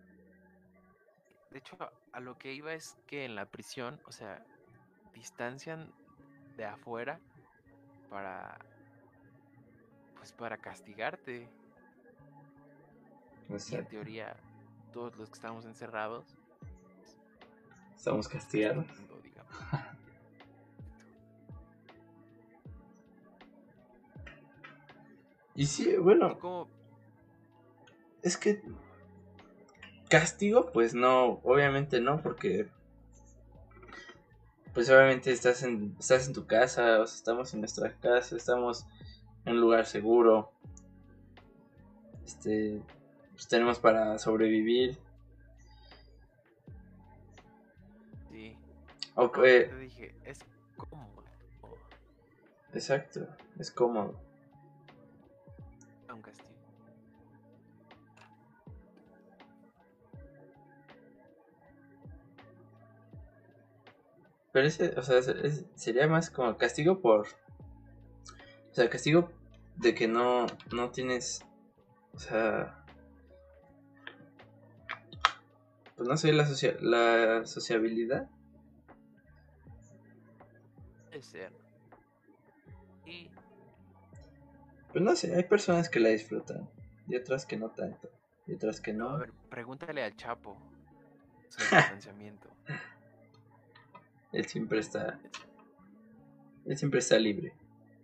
De hecho, a, a lo que iba es que en la prisión, o sea, distancian de afuera para, pues para castigarte. Y en Exacto. teoría, todos los que estamos encerrados, Estamos castigados. castigando, digamos. Y sí, ¿Tú bueno, cómo? es que castigo, pues no, obviamente no, porque pues obviamente estás en, estás en tu casa, o sea, estamos en nuestra casa, estamos en un lugar seguro, este, pues tenemos para sobrevivir. Sí. Ok, No, eh, te dije, es cómodo. exacto, es cómodo. Un castigo. Pero ese, o sea, es- es- sería más como castigo por, o sea, castigo de que no, no tienes, o sea, pues no sé, la, socia- la sociabilidad. Puede ser. Y, Pues no sé, hay personas que la disfrutan y otras que no tanto, y otras que no, a no. ver, pregúntale al Chapo su distanciamiento. Él siempre está, él siempre está libre.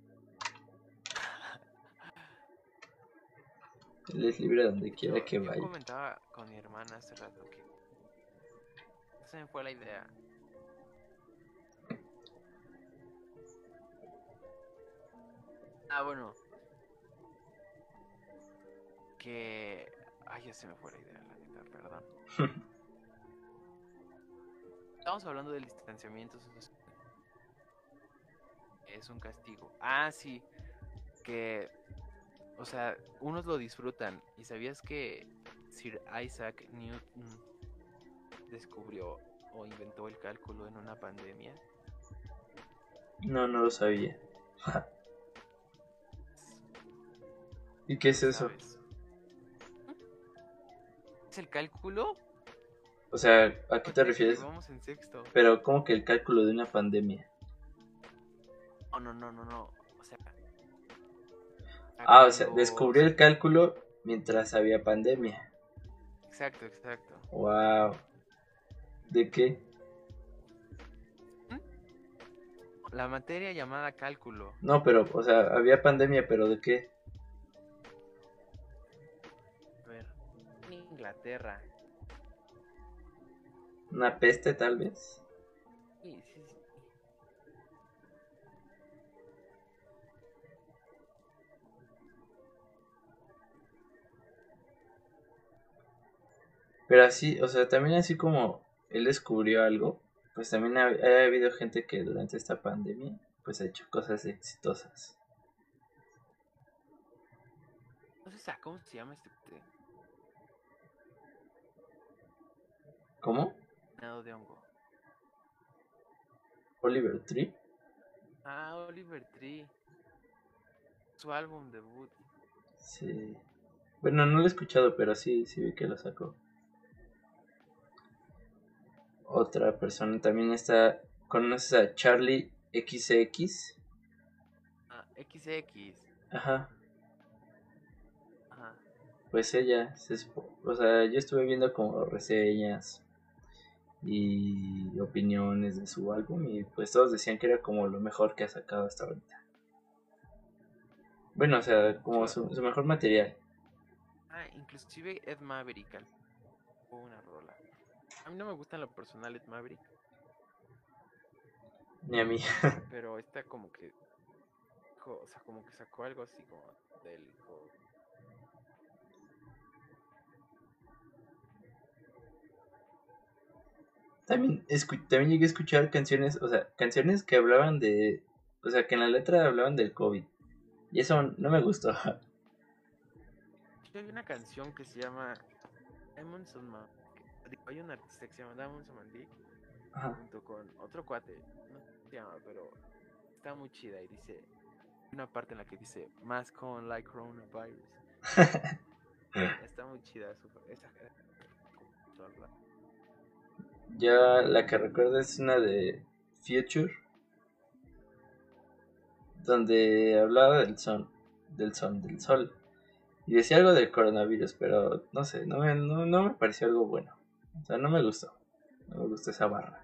Él es libre donde De quiera hecho, que yo vaya. comentaba con mi hermana hace rato que se me fue la idea. Ah, bueno, que... Ay, ya se me fue la idea, la neta, perdón. Estamos hablando del distanciamiento social. Es un castigo. Ah, sí, que... O sea, unos lo disfrutan. ¿Y sabías que Sir Isaac Newton descubrió o inventó el cálculo en una pandemia? No, no lo sabía. ¿Y qué ¿No es eso? sabes? ¿Es el cálculo? O sea, ¿a qué te Materia que refieres? llevamos en sexto. Pero, ¿cómo que el cálculo de una pandemia? Oh, no, no, no, no. O sea, a Ah, o sea, cuando descubrió se... el cálculo mientras había pandemia. Exacto, exacto. Wow. ¿De qué? ¿Mm? La materia llamada cálculo. No, pero, o sea, había pandemia, pero ¿de qué? A ver, en Inglaterra. ¿Una peste, tal vez? Sí, sí, sí. Pero así, o sea, también así como él descubrió algo, pues también ha, ha habido gente que durante esta pandemia, pues ha hecho cosas exitosas. No sé sa- cómo se llama este cuate? ¿Cómo? Nado de hongo. Oliver Tree. Ah, Oliver Tree. Su álbum debut. Sí. Bueno, no lo he escuchado, pero sí, sí vi que lo sacó. Otra persona también está. ¿Conoces a Charlie X X? Ah, X X. Ajá. Ajá. Pues ella, se espo- o sea, yo estuve viendo como reseñas y opiniones de su álbum y pues todos decían que era como lo mejor que ha sacado hasta ahorita. Bueno, o sea, como Yo, su, su mejor material. ah, inclusive Ed Maverick sacó una rola. A mí no me gusta en lo personal Ed Maverick, Ni a mí. pero esta como que, co- o sea, como que sacó algo así como del... co- También, escu- también llegué a escuchar canciones, o sea, canciones que hablaban de, o sea, que en la letra hablaban del COVID. Y eso no me gustó. Yo hay una canción que se llama Diamonds on My... digo, hay un artista que se llama Diamonds on My Dick Ajá. junto con otro cuate, no sé cómo se llama, pero está muy chida y dice, una parte en la que dice, Mask on like coronavirus. Está muy chida su, esa, esa rola. Ya la que recuerdo es una de Future, donde hablaba del sol, del sol, del sol. Y decía algo del coronavirus, pero no sé, no me, no, no me pareció algo bueno. O sea, no me gustó. No me gustó esa barra.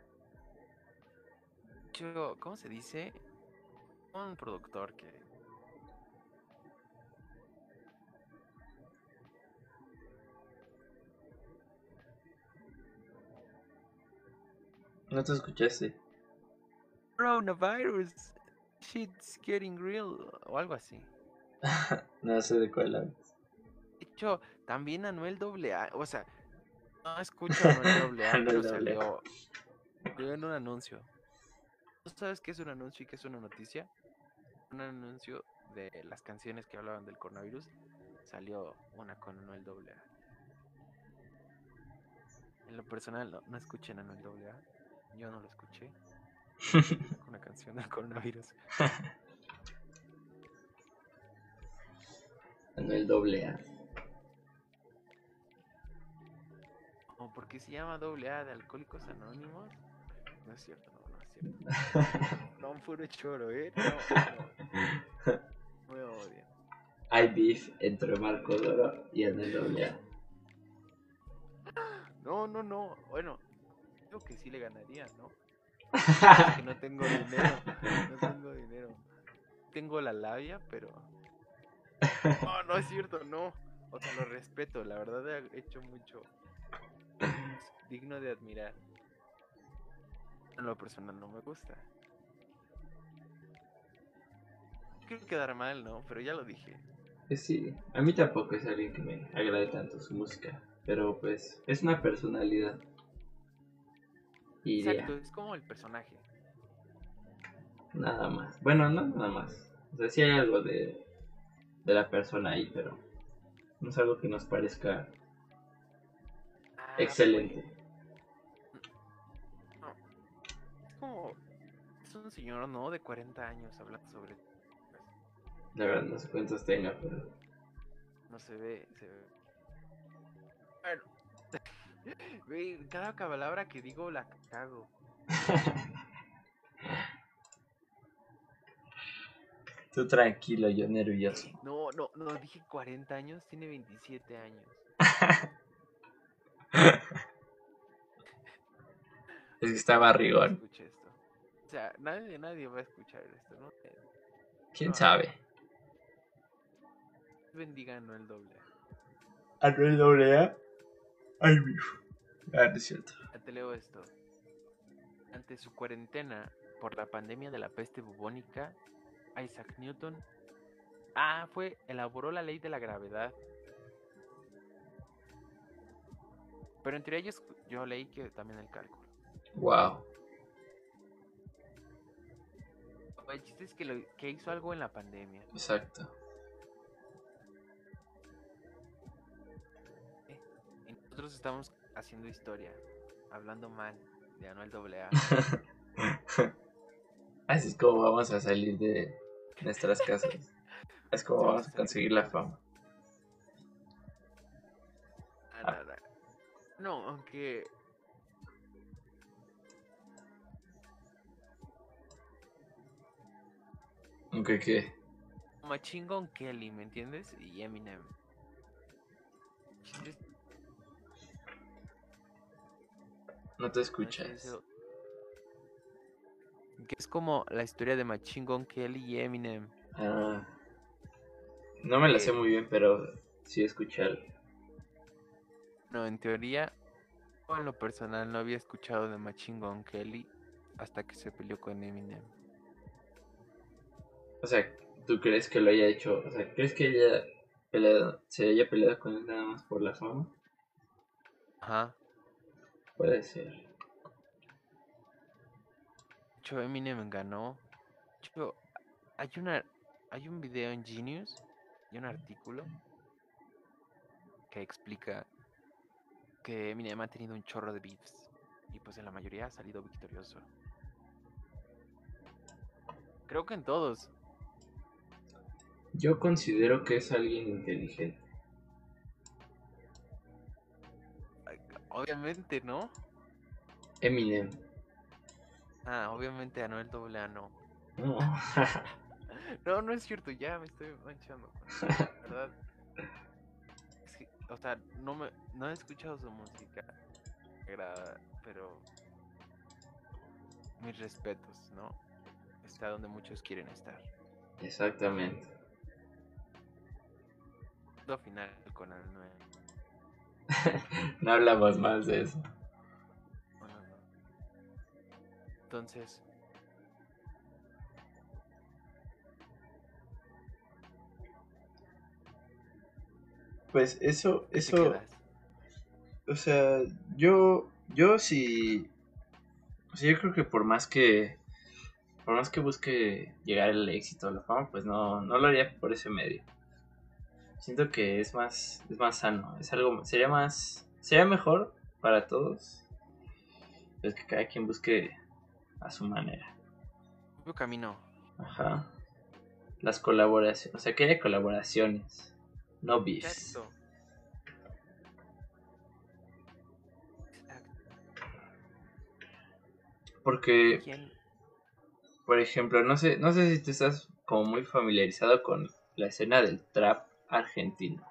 Yo, ¿cómo se dice? Un productor que... ¿No te escuchaste? Coronavirus, shit's getting real, o algo así. No sé de cuál hablas. De hecho, también Anuel doble A, o sea, no escucho a Anuel doble A, No pero el doble. salió, salió en un anuncio. ¿Tú sabes qué es un anuncio y qué es una noticia? Un anuncio de las canciones que hablaban del coronavirus, salió una con Anuel doble A. En lo personal, no, no escuché a Anuel doble A, yo no lo escuché, pero sé que sacó una canción del coronavirus. No el doble A. ¿O por qué se llama doble A de Alcohólicos Anónimos? No es cierto, no, no es cierto. No, puro choro, ¿eh? No, no. Me odian. Hay beef entre Marco Doro y el doble A. No, no, no. Bueno, creo que sí le ganaría, ¿no? Es que no tengo dinero. No tengo dinero. Tengo la labia, pero... No, no es cierto, no. O sea, lo respeto. La verdad he hecho mucho. Es digno de admirar. En lo personal no me gusta. Quiero quedar mal, ¿no? Pero ya lo dije. Pues sí, a mí tampoco es alguien que me agrade tanto su música, pero pues es una personalidad, iría, Exacto, es como el personaje. nada más. Bueno, no nada más. O sea, sí hay algo de, de la persona ahí, pero no es algo que nos parezca Ah, güey. excelente. No. Es como... Es un señor, ¿no? De cuarenta años hablando sobre... pues, La verdad, no sé cuántos tenga, pero... no se ve, se ve. Bueno, güey, cada palabra que digo la cago. Tú tranquilo, yo nervioso. No, no, no, dije cuarenta años, tiene veintisiete años. Es que está Nadie barrigón. escucha esto. O sea, nadie, nadie va a escuchar esto, ¿no? ¿Quién No, sabe? bendiga no el doble. ¿Anuel doble A? Ay, beef. Ah, no es cierto. Ya te leo esto. Ante su cuarentena por la pandemia de la peste bubónica, Isaac Newton... Ah, fue, elaboró la ley de la gravedad. Pero entre ellos yo leí que también el cálculo. Wow, El chiste es que, lo, que hizo algo en la pandemia. exacto. Eh, y nosotros estamos haciendo historia, hablando mal de Anuel doble A. Así es como vamos a salir de nuestras casas. Es como Sí, vamos vamos a a salir. conseguir la fama. Ah, Ah, nada. No, aunque aunque qué, Machine Gun Kelly, ¿me entiendes? Y Eminem. Chiste es- no te no es escuchas. eso. Que es como la historia de Machine Gun Kelly y Eminem. Ah, no me la sé Que, muy bien, pero sí escuchar. no, en teoría, o en lo personal, no había escuchado de Machine Gun Kelly hasta que se peleó con Eminem. O sea, ¿tú crees que lo haya hecho? O sea, ¿crees que ella peleado, se haya peleado con él nada más por la fama? Ajá. Puede ser. De hecho, Eminem ganó. De hecho, hay una, hay un video en Genius y un artículo que explica que Eminem ha tenido un chorro de beefs. Y pues en la mayoría ha salido victorioso. Creo que en todos. Yo considero que es alguien inteligente. Ay, obviamente, ¿no? Eminem. Ah, obviamente Anuel doble A no. No. No, no es cierto, ya me estoy manchando. con- La verdad, es que, o sea, no me, no he escuchado su música, me agrada, pero mis respetos, ¿no? Está donde muchos quieren estar. Exactamente. Lo final con el nueve. No hablamos más de eso. No, no, no. Entonces, Pues eso, ¿qué te eso, quedas? o sea, yo, yo sí, o sea, yo creo que por más que, por más que busque llegar al éxito o la fama, pues no, no lo haría por ese medio. Siento que es más, es más sano, es algo, sería más, sería mejor para todos, pues que cada quien busque a su manera. Propio camino. Ajá. Las colaboraciones, o sea, que haya colaboraciones, no beefs. Exacto. Exacto. Porque, ¿Quién? por ejemplo, no sé, no sé si tú estás como muy familiarizado con la escena del trap argentino.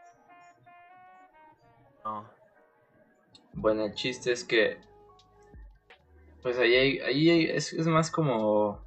No. Bueno, el chiste es que, pues ahí, hay- ahí hay- es, es más como,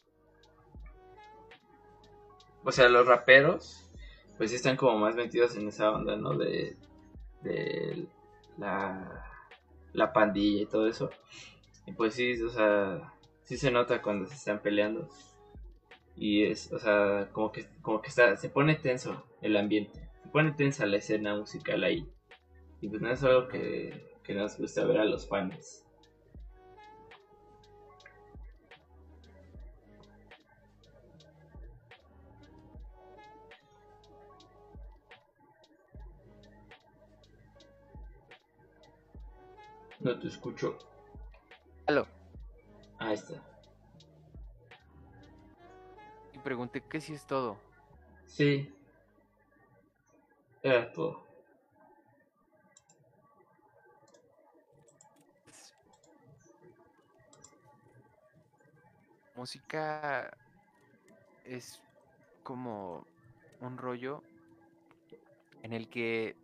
o sea, los raperos, pues sí están como más metidos en esa onda, ¿no? De, de la, la pandilla y todo eso. Y pues sí, o sea, sí se nota cuando se están peleando. Y es, o sea, como que, como que está, se pone tenso el ambiente. Se pone tensa la escena musical ahí. Y pues no es algo Ah, que, que nos gusta ver a los fans. No te escucho. aló. Ahí está. Y pregunté que si es todo. Sí, era todo. Música es como un rollo en el que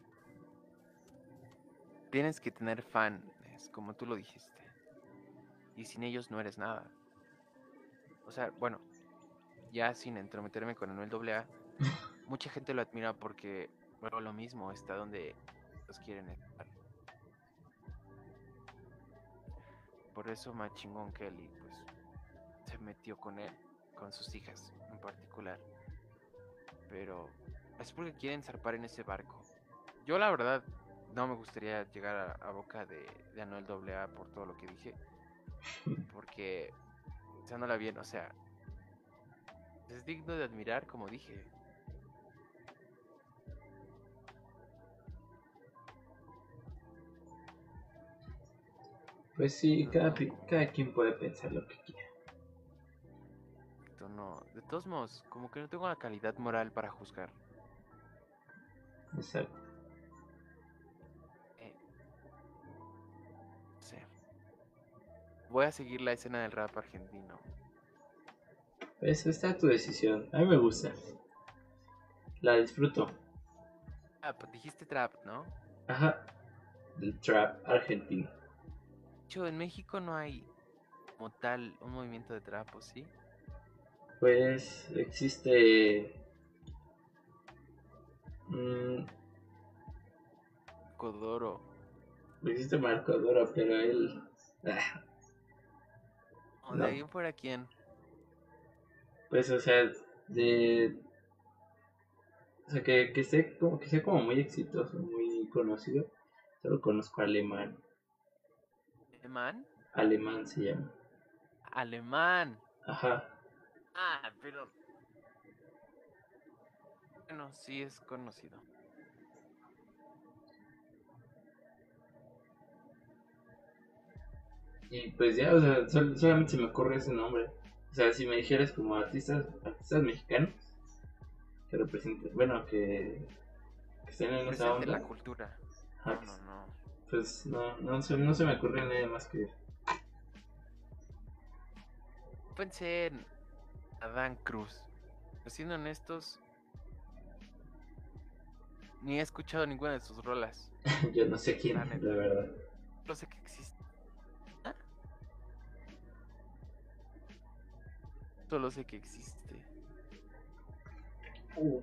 tienes que tener fans, como tú lo dijiste. Y sin ellos no eres nada. O sea, bueno, ya sin entrometerme con Anuel doble A, mucha gente lo admira porque, bueno, lo mismo, está donde los quieren estar. Por eso Machingón Kelly, pues, se metió con él, con sus hijas en particular. Pero es porque quieren zarpar en ese barco. Yo, la verdad, no me gustaría llegar a, a boca de, de Anuel doble A por todo lo que dije. Porque, pensándolo bien, o sea, es digno de admirar, como dije. Pues sí, No, cada, no, pi- cada quien puede pensar lo que quiera. no. De todos modos, como que no tengo la calidad moral para juzgar. Exacto. Eh, o sea, voy a seguir la escena del rap argentino. Pues está tu decisión. A mí me gusta. La disfruto. Ah, pues dijiste trap, ¿no? Ajá. El trap argentino. De hecho, en México no hay como tal un movimiento de trap, ¿o sí? Pues existe. mm, Codoro. existe Marco Doro, pero él. ah, O de ahí no. en fuera, ¿quién? Pues, o sea, de. O sea, que, que, esté como, que sea como muy exitoso, muy conocido. Solo conozco a Alemán. ¿Alemán? Alemán se llama. Alemán. Ajá. Ah, pero bueno, sí es conocido. Y pues ya, o sea, sol- solamente se me ocurre ese nombre. O sea, si me dijeras como artistas, artistas mexicanos que representen, bueno, que, que estén en esa Presente la onda, cultura. ajá, No, que no, s- no. pues no, no, se, no se me ocurre nada más que... Pensé en Adán Cruz. Pero siendo honestos, ni he escuchado ninguna de sus rolas. yo no sé quién, La neta. la verdad. No sé que existe. Ah, solo sé que existe. Uh,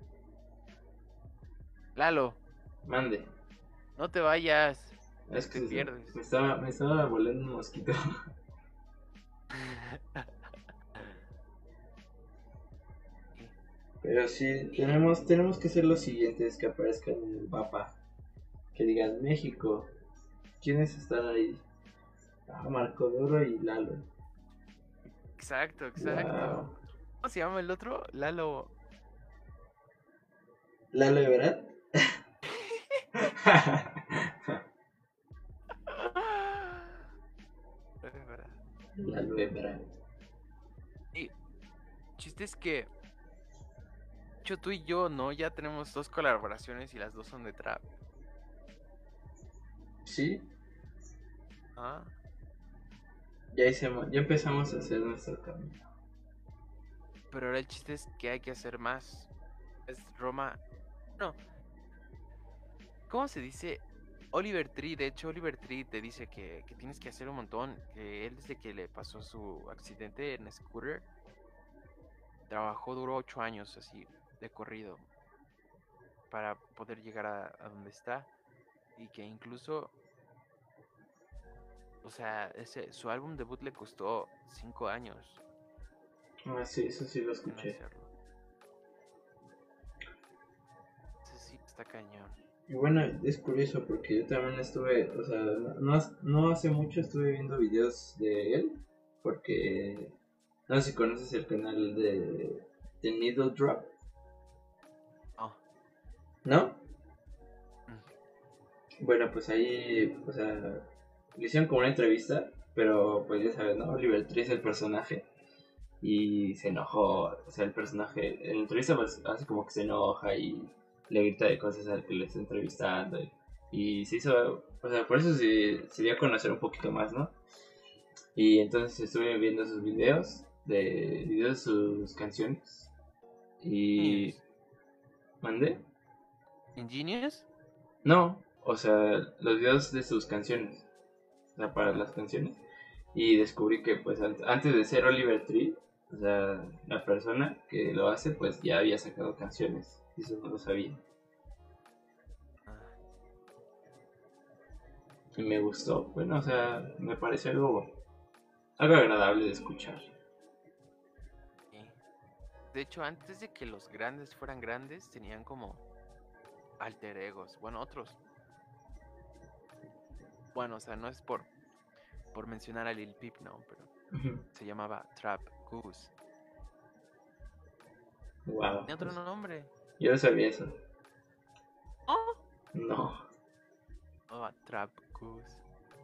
Lalo, mande. no te vayas. Es Te que se- pierdes. me estaba, me estaba volando un mosquito. Pero sí, tenemos, tenemos que hacer lo siguiente, es que aparezcan en el mapa. Que digan México. ¿Quiénes están ahí? Ah, Marco Doro y Lalo. Exacto, Wow. exacto. ¿Cómo se llama el otro? Lalo. ¿Lalo Everat? Es verdad. Lalo Everat. Y chiste es que, de hecho, tú y yo, ¿no? Ya tenemos dos colaboraciones y las dos son de trap. Sí, Ah, ya hicimos, ya empezamos a hacer nuestro camino. pero ahora el chiste es que hay que hacer más. Es Roma. No, ¿cómo se dice? Oliver Tree, de hecho, Oliver Tree te dice que, que tienes que hacer un montón. Que él, desde que le pasó su accidente en scooter, trabajó, duró ocho años así, de corrido, para poder llegar a, a donde está. Y que incluso, o sea, ese, su álbum debut le costó cinco años Ah, sí, eso sí lo en escuché. hacerlo. Ese sí está cañón. Y bueno, es curioso porque yo también estuve, o sea, no, no no hace mucho estuve viendo videos de él, porque no sé si conoces el canal de, de Needle Drop, Oh, ¿no? mm, Bueno, pues ahí, o sea, le hicieron como una entrevista, pero pues ya sabes, ¿no? Oliver Tree es el personaje y se enojó, o sea, el personaje en la entrevista pues hace como que se enoja y le grita de cosas al que le está entrevistando y, y se hizo, o sea, por eso se, se dio a conocer un poquito más, ¿no? Y entonces estuve viendo sus videos, de videos de sus canciones y Ingenious. mandé, ¿Ingenious? no, o sea, los videos de sus canciones, o sea, para Ah, las canciones. Y descubrí que pues an- antes de ser Oliver Tree, o sea, la persona que lo hace pues ya había sacado canciones. Y eso no lo sabía. ah, Y me gustó. Bueno, o sea, me pareció algo, algo agradable de escuchar. sí. De hecho, antes de que los grandes fueran grandes, tenían como alter egos. Bueno, otros. Bueno, o sea, no es por, por mencionar a Lil Peep, no, pero Ujú. se llamaba Trap Goose. Wow, Tenía otro pues, nombre. yo no sabía eso. Oh, No. oh, Trap Goose.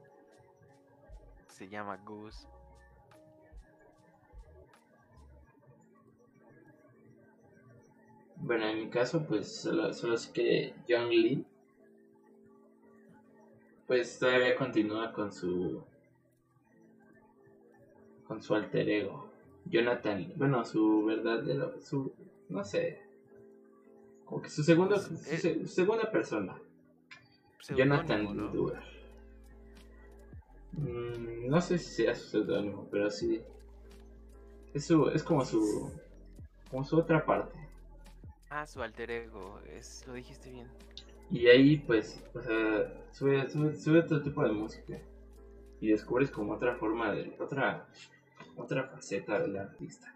Se llama Goose. Bueno, en mi caso, pues solo, solo sé que John Lee, pues todavía continúa con su con su alter ego. Jonathan Lee. Bueno, su verdadero, su, no sé, como que su segundo, Pues su, eh, se- su segunda persona. Jonathan seudónimo, Lee ¿no? Dewar. Mm, no sé si sea su seudónimo, pero sí. Es, su, es como su, como su otra parte. Ah, su alter ego. Es, lo dijiste bien. Y ahí, pues, o sea, sube, sube, sube otro tipo de música. Y descubres como otra forma de, otra, otra faceta del artista.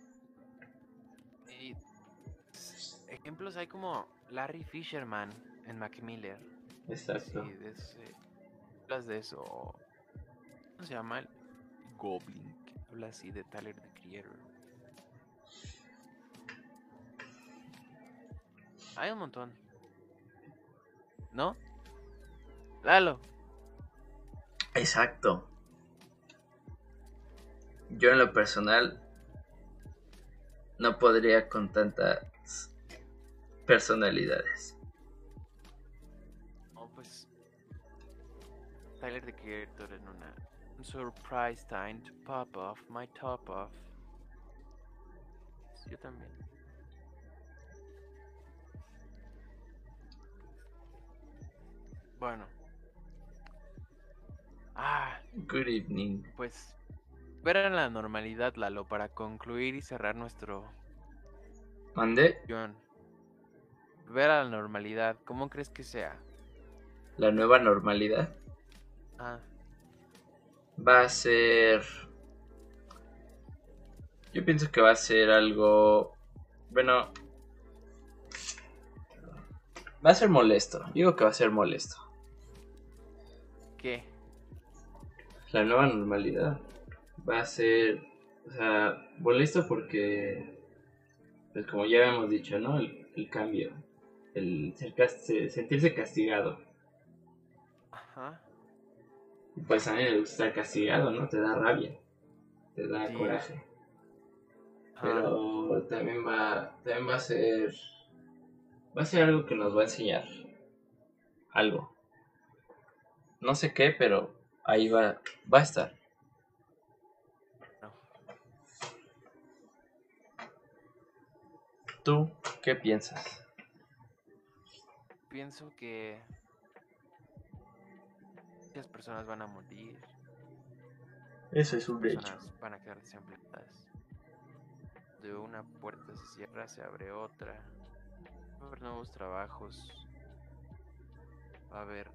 Y s- ejemplos hay como Larry Fisherman en Mac Miller. Exacto. Sí, de ese, hablas de eso. o- ¿Cómo se llama? El Goblin. Que habla así de Tyler, the Creator. Hay un montón. ¿No? Lalo. Exacto. Yo en lo personal no podría con tantas personalidades. Oh, pues Tyler, the Creator en una. Surprise time to pop off my top off. Yo también. Bueno. Ah, Good evening. pues ver a la normalidad, Lalo, para concluir y cerrar nuestro ¿Mandé? guión. Ver a la normalidad, ¿cómo crees que sea? La nueva normalidad Ah, va a ser... Yo pienso que va a ser algo... Bueno, va a ser molesto. Digo que va a ser molesto. ¿qué? La nueva normalidad va a ser... O sea, molesto porque... Pues como ya habíamos dicho, ¿no? El, el cambio. El ser cas- sentirse castigado. Ajá. Pues a mí me gusta estar castigado, ¿no? Te da rabia. Te da Sí. coraje. Ajá. Pero también va, también va a ser, va a ser algo que nos va a enseñar algo. No sé qué, pero ahí va, va a estar. No. ¿Tú qué piensas? Pienso que muchas personas van a morir, Eso es muchas un hecho. personas van a quedar desempleadas. De una puerta se cierra, se abre otra. Va a haber nuevos trabajos. Va a haber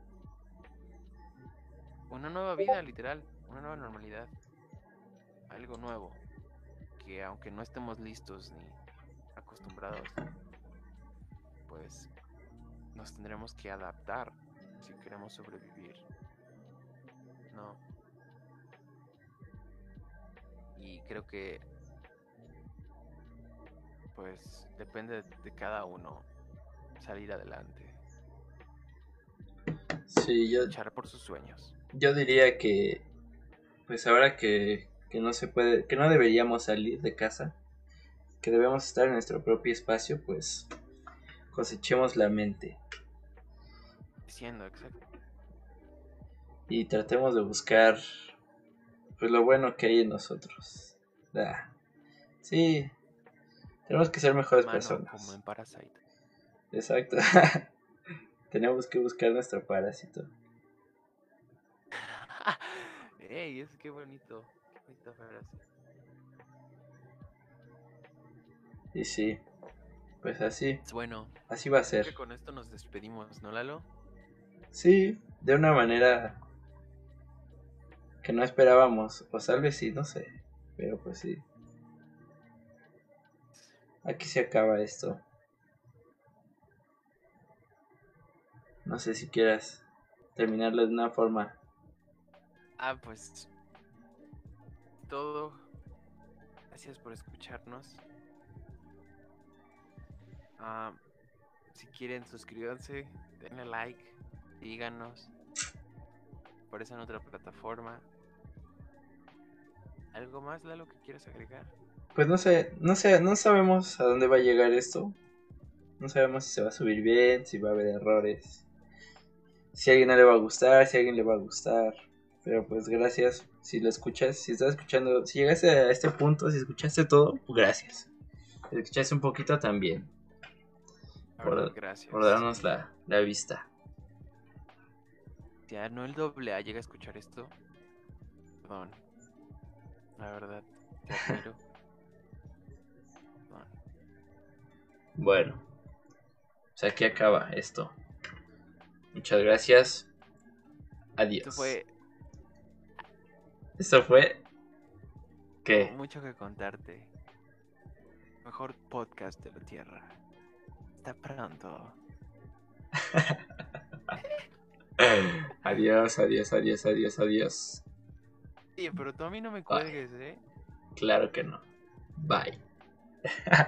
una nueva vida, literal. Una nueva normalidad. Algo nuevo. Que aunque no estemos listos ni acostumbrados, pues nos tendremos que adaptar si queremos sobrevivir. No. Y creo que pues depende de cada uno salir adelante, Sí, yo, luchar por sus sueños. yo diría que, pues ahora que, que no se puede, que no deberíamos salir de casa, que debemos estar en nuestro propio espacio, pues cosechemos la mente Diciendo, exacto. y tratemos de buscar, pues lo bueno que hay en nosotros. Ah, sí, tenemos que ser mejores Humano como personas. en Parasite. Exacto. Tenemos que buscar nuestro parásito. Ey, es que bonito. Qué bonita frase. Y sí, pues así, Bueno, así va a creo ser. que con esto nos despedimos, ¿no, Lalo? Sí, de una manera que no esperábamos, o tal vez sí, no sé. Pero pues sí, aquí se acaba esto. No sé si quieras terminarlo de una forma. Ah, pues todo. Gracias por escucharnos. Ah, si quieren, suscríbanse, denle like, síganos. Aparece en otra plataforma. ¿Algo más, Lalo, que quieras agregar? Pues no sé, no sé, no sabemos a dónde va a llegar esto. No sabemos si se va a subir bien, si va a haber errores. Si a alguien no le va a gustar, si a alguien le va a gustar. Pero pues gracias si lo escuchas, si estás escuchando, si llegaste a este punto, si escuchaste todo, pues gracias. Si escuchaste un poquito también. La verdad, Por, por gracias. darnos la, la vista. Si no el doble A llega a escuchar esto, perdón. La verdad, te admiro. Perdón. Bueno, pues aquí acaba esto. Muchas gracias. Adiós. Esto fue. Esto fue. Tengo ¿Qué? mucho que contarte. Mejor podcast de la Tierra. Hasta pronto. Adiós, adiós, adiós, adiós, adiós. Oye, pero tú a mí no me Bye. cuelgues, ¿eh? Claro que no. Bye.